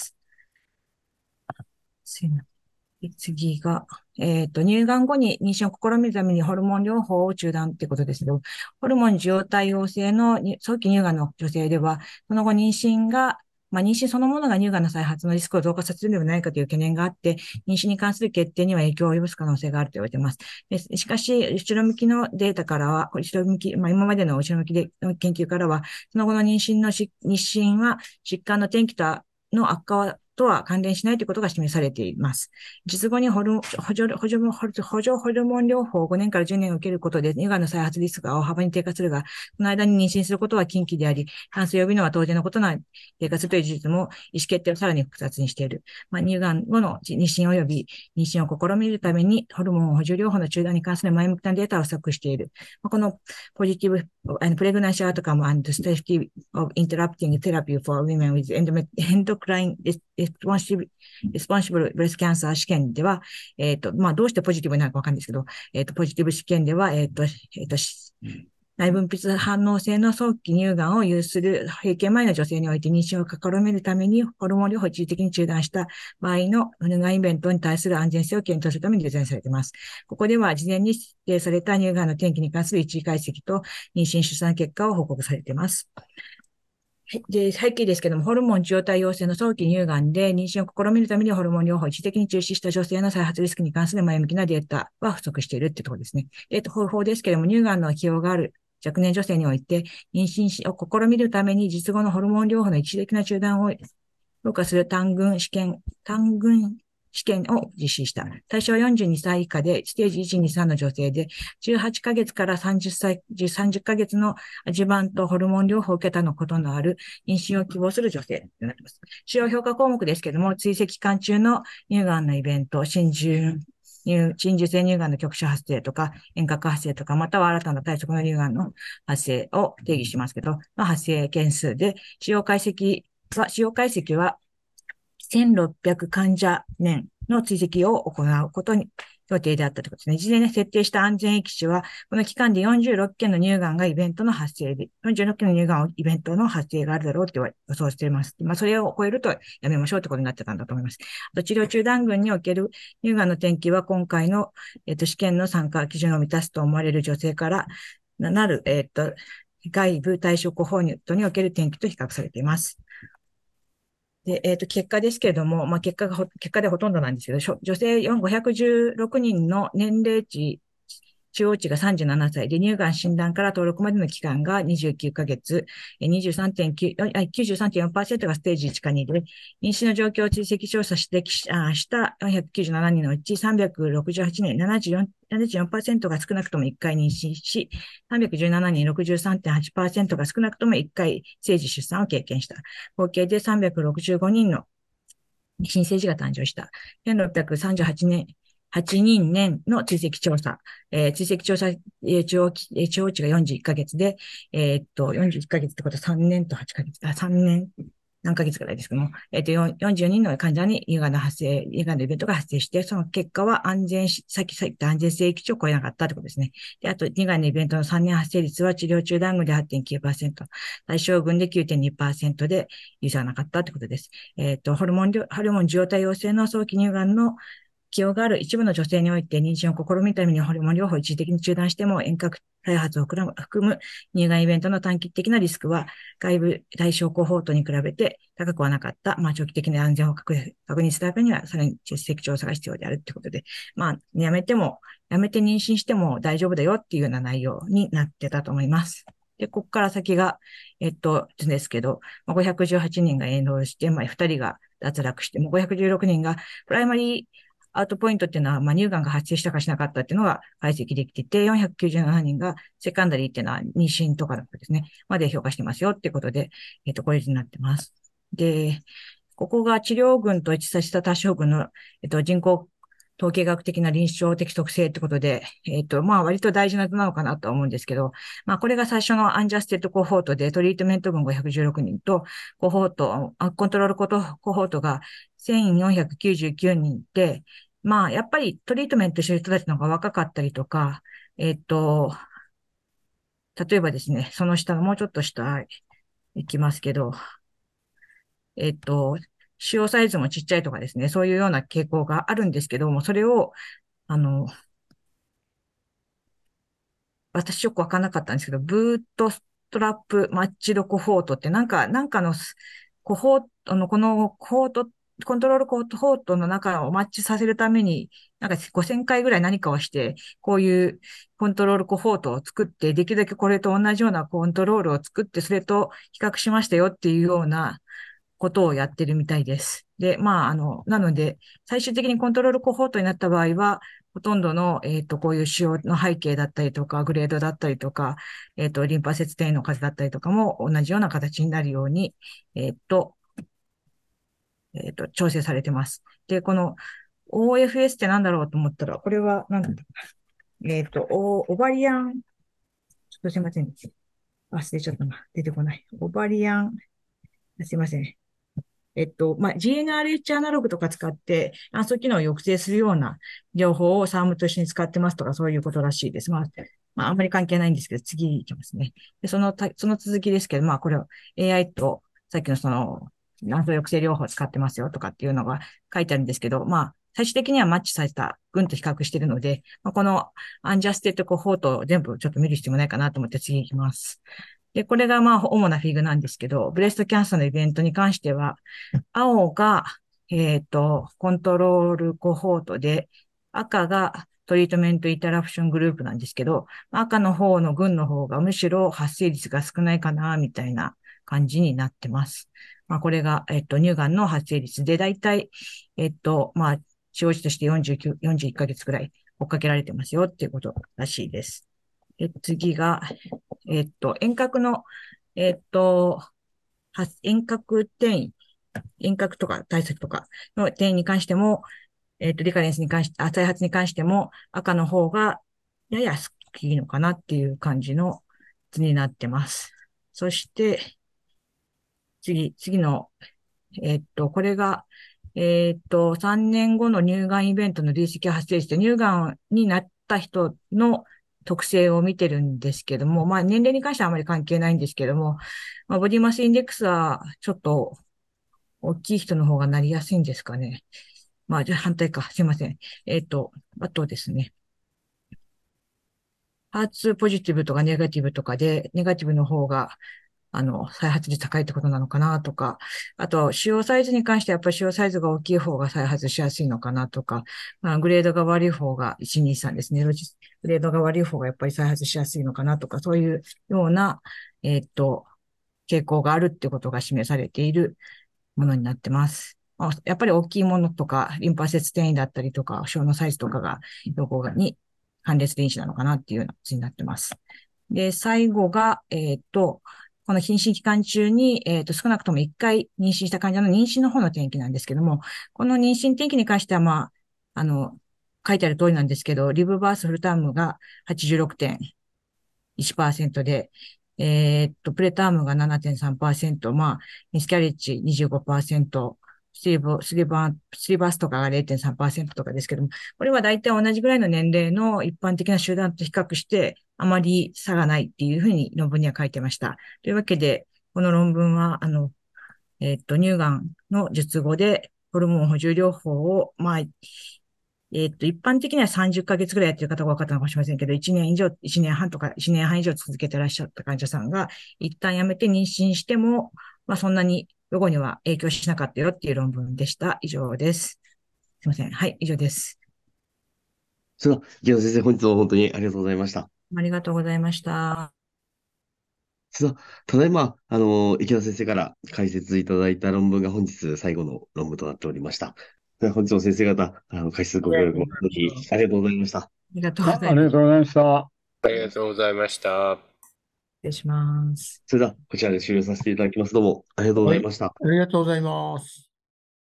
次が、えっと、乳がん後に妊娠を試みるためにホルモン療法を中断ということですけど、ホルモン受容体陽性の早期乳がんの女性では、その後妊娠が、まあ、妊娠そのものが乳がんの再発のリスクを増加させるのではないかという懸念があって、妊娠に関する決定には影響を及ぼす可能性があると言われています。でしかし、後ろ向きのデータからは、後ろ向き、まあ、今までの後ろ向きでの研究からは、その後の妊娠の妊娠は疾患の転機との悪化はとは関連しないということが示されています。術後にホル補助補助補助ホルモン療法をごねんからじゅうねん受けることで、乳がんの再発リスクが大幅に低下するが、その間に妊娠することは禁忌であり、感染を呼ぶのは当然のことなら低下するという事実も意思決定をさらに複雑にしている。まあ、乳がん後の妊娠及び妊娠を試みるために、ホルモン補助療法の中断に関する前向きなデータを作している。まあ、このポジティブ、プレグナンシーアウトカム and safety of interrupting therapy for women with endocrine responsive, responsible breast cancer 試験では、えっ、ー、と、まあ、どうしてポジティブになるかわかんないですけど、えっ、ー、と、ポジティブ試験では、えっ、ー、と、えっ、と、内分泌反応性の早期乳がんを有する閉経前の女性において妊娠を試みるためにホルモン療法を一時的に中断した場合の乳がんイベントに対する安全性を検討するためにデザインされています。ここでは事前に指定された乳がんの転機に関する一時解析と妊娠出産結果を報告されています。で、背景ですけども、ホルモン受容体陽性の早期乳がんで妊娠を試みるためにホルモン療法を一時的に中止した女性の再発リスクに関する前向きなデータは不足しているってところですね。えっと、方法ですけども、乳がんの起用がある若年女性において、妊娠を試みるために術後のホルモン療法の一時的な中断を評価する単群試験、単群試験を実施した。対象はよんじゅうにさい以下で、ステージいち、に、さんの女性で、じゅうはちかげつからさんじゅっさい、さんじゅっかげつのアジュバントホルモン療法を受けたのことのある妊娠を希望する女性となります。主要評価項目ですけれども、追跡期間中の乳がんのイベント、浸潤、浸受性乳がんの局所発生とか、遠隔発生とか、または新たな体側の乳がんの発生を定義しますけど、の発生件数で、使用解析は、使用解析は、せんろっぴゃく患者年の追跡を行うことに予定であったということですね。事前に設定した安全域値は、この期間でよんじゅうろっけんの乳がんがイベントの発生で、よんじゅうろっけんの乳がんイベントの発生があるだろうと予想しています。まあ、それを超えるとやめましょうということになってたんだと思います。あと治療中断群における乳がんの転機は、今回の、えっと、試験の参加基準を満たすと思われる女性からなる、えっと、外部対象コホートにおける転機と比較されています。で、えっと、結果ですけれども、まあ、結果が、結果でほとんどなんですけど、女性ごひゃくじゅうろくにんの年齢値、中央値がさんじゅうななさいで、乳がん診断から登録までの期間がにじゅうきゅうかげつ、にじゅうさんてんきゅう、きゅうじゅうさんてんよんパーセント がステージいちかにで、妊娠の状況を追跡調査してしたよんひゃくきゅうじゅうななにんのうちさんびゃくろくじゅうはちにん、ななじゅうよん、ななじゅうよんパーセント が少なくともいっかい妊娠し、さんびゃくじゅうななにん、ろくじゅうさんてんはちパーセント が少なくともいっかい生児出産を経験した。合計でさんびゃくろくじゅうごにんの新生児が誕生した。せんろっぴゃくさんじゅうはちねん、はちにん年の追跡調査。えー、追跡調査、えー、中央値、えー、中央値がよんじゅういっかげつで、えー、っと、よんじゅういっかげつってことはさんねんとはちかげつ、あ、さんねん、何ヶ月くらいですけども、えっと、よんじゅうにんの患者に乳がんの発生、乳がんのイベントが発生して、その結果は安全し、さっき言った安全性域値を超えなかったということですね。で、あと、乳がんのイベントのさんねん発生率は治療中断群で はちてんきゅうパーセント、対象群で きゅうてんにパーセント で有さなかったということです。えっと、ホルモン、ホルモン受容体陽性の早期乳がんの起用がある一部の女性において妊娠を試みるためにホルモン療法を一時的に中断しても遠隔再発を含む乳がんイベントの短期的なリスクは外部対象コホートに比べて高くはなかった。まあ長期的な安全を確認するためにはさらに実績調査が必要であるということで、まあやめても、やめて妊娠しても大丈夫だよっていうような内容になってたと思います。で、ここから先が、えっと、ですけど、ごひゃくじゅうはちにんがエンロールして、まあふたりが脱落して、ごひゃくじゅうろくにんがプライマリーアウトポイントっていうのは、まあ、乳がんが発生したかしなかったっていうのが解析できていて、よんひゃくきゅうじゅうななにんがセカンダリーっていうのは妊娠とかですね、まで評価してますよっていうことで、えっと、これになってます。で、 ここが治療群と一致させた多症群の、えっと、人口統計学的な臨床的特性ってことで、えっと、まあ、割と大事な図なのかなとは思うんですけど、まあ、これが最初のアンジャステッドコホートで、トリートメント群ごひゃくじゅうろくにんと、コホート、あコントロールコトコホートがせんよんひゃくきゅうじゅうきゅうにんで、まあ、やっぱりトリートメントしてる人たちの方が若かったりとか、えっと、例えばですね、その下のもうちょっと下行きますけど、えっと、使用サイズもちっちゃいとかですね、そういうような傾向があるんですけども、それを、あの、私よくわかんなかったんですけど、ブートストラップマッチドコホートってなんか、なんかのすコホートの、このコホート、コントロールコホートの中をマッチさせるために、なんかごせんかいぐらい何かをして、こういうコントロールコホートを作って、できるだけこれと同じようなコントロールを作って、それと比較しましたよっていうようなことをやってるみたいです。で、まあ、あの、なので、最終的にコントロールコホートになった場合は、ほとんどの、えっと、こういう仕様の背景だったりとか、グレードだったりとか、えっと、リンパ節転移の数だったりとかも同じような形になるように、えっと、えっと、調整されてます。で、この オーエフエス ってなんだろうと思ったら、これは、なんだえっと、オオバリアン、ちょっとすいません。忘れちゃったな。出てこない。オバリアン、すいません。えっと、まあ、ジーエヌアールエイチ アナログとか使って、暗素機能を抑制するような情報をサームと一緒に使ってますとか、そういうことらしいです。まあ、まあ、あんまり関係ないんですけど、次行きますね。で、そのた、その続きですけど、まあ、これを エーアイ と、さっきのその、暗素抑制療法を使ってますよとかっていうのが書いてあるんですけど、まあ、最終的にはマッチされた群と比較しているので、まあ、このアンジャステッドコホートを全部ちょっと見る必要もないかなと思って次行きます。で、これがまあ主なフィグなんですけど、ブレストキャンサーのイベントに関しては、青が、えっと、コントロールコホートで、赤がトリートメントインタラプショングループなんですけど、赤の方の群の方がむしろ発生率が少ないかな、みたいな感じになってます。まあ、これが、えっと、乳がんの発生率で、だいたい、えっと、まあ、使用値としてよんじゅうきゅう、よんじゅういっかげつくらい追っかけられてますよっていうことらしいです。で、次が、えっと、遠隔の、えっと、遠隔転移、遠隔とか対策とかの転移に関しても、えっと、リカレンスに関して、あ、再発に関しても赤の方がややいいのかなっていう感じの図になってます。そして、次、次の、えっと、これが、えっと、さんねんごの乳がんイベントの累積発生率で乳がんになった人の特性を見てるんですけども、まあ年齢に関してはあまり関係ないんですけども、まあ、ボディマスインデックスはちょっと大きい人の方がなりやすいんですかね。まあじゃあ反対か。すいません。えっと、あとですね。ハーツポジティブとかネガティブとかで、ネガティブの方があの、再発率高いってことなのかなとか、あと、使用サイズに関してはやっぱり使用サイズが大きい方が再発しやすいのかなとか、まあ、グレードが悪い方がいち、に、さんですね。ロジグレードが悪い方がやっぱり再発しやすいのかなとか、そういうような、えーっと、傾向があるってことが示されているものになってます。まあやっぱり大きいものとか、リンパ節転移だったりとか、小のサイズとかが、どこに関連する因子なのかなっていうような図になってます。で、最後が、えっと、この妊娠期間中に、えっと、少なくともいっかい妊娠した患者の妊娠の方の転機なんですけども、この妊娠転機に関しては、まあ、あの、書いてある通りなんですけど、リブバースフルタームが はちじゅうろくてんいちパーセント で、えっと、プレタームが ななてんさんパーセント、まあ、ミスキャレッジにじゅうごパーセント、スリーブ、スリーバー、スリーバースとかが れいてんさんパーセント とかですけども、これは大体同じぐらいの年齢の一般的な集団と比較して、あまり差がないっていうふうに論文には書いてました。というわけで、この論文は、あの、えっと、乳がんの術後で、ホルモン補充療法を、まあ、えっと、一般的にはさんじゅっかげつぐらいやってる方が多かったのかもしれませんけど、いちねん以上、いちねんはんとかいちねんはん以上続けてらっしゃった患者さんが、一旦やめて妊娠しても、まあそんなに予後には影響しなかったよっていう論文でした。以上です。すいません。はい、以上です。 それでは、池田先生、本日も本当にありがとうございました。 ありがとうございました。 それでは、ただいま、あの、池田先生から解説いただいた論文が本日最後の論文となっておりました。では本日も先生方、あの、解説ご協力本当にありがとうございました。 ありがとうごあ、 ざいます。 ありがとうございました。 ありがとうございました。 失礼します。 それでは、こちらで終了させていただきます。どうもありがとうごはい、 ざいました。 ありがとうございます。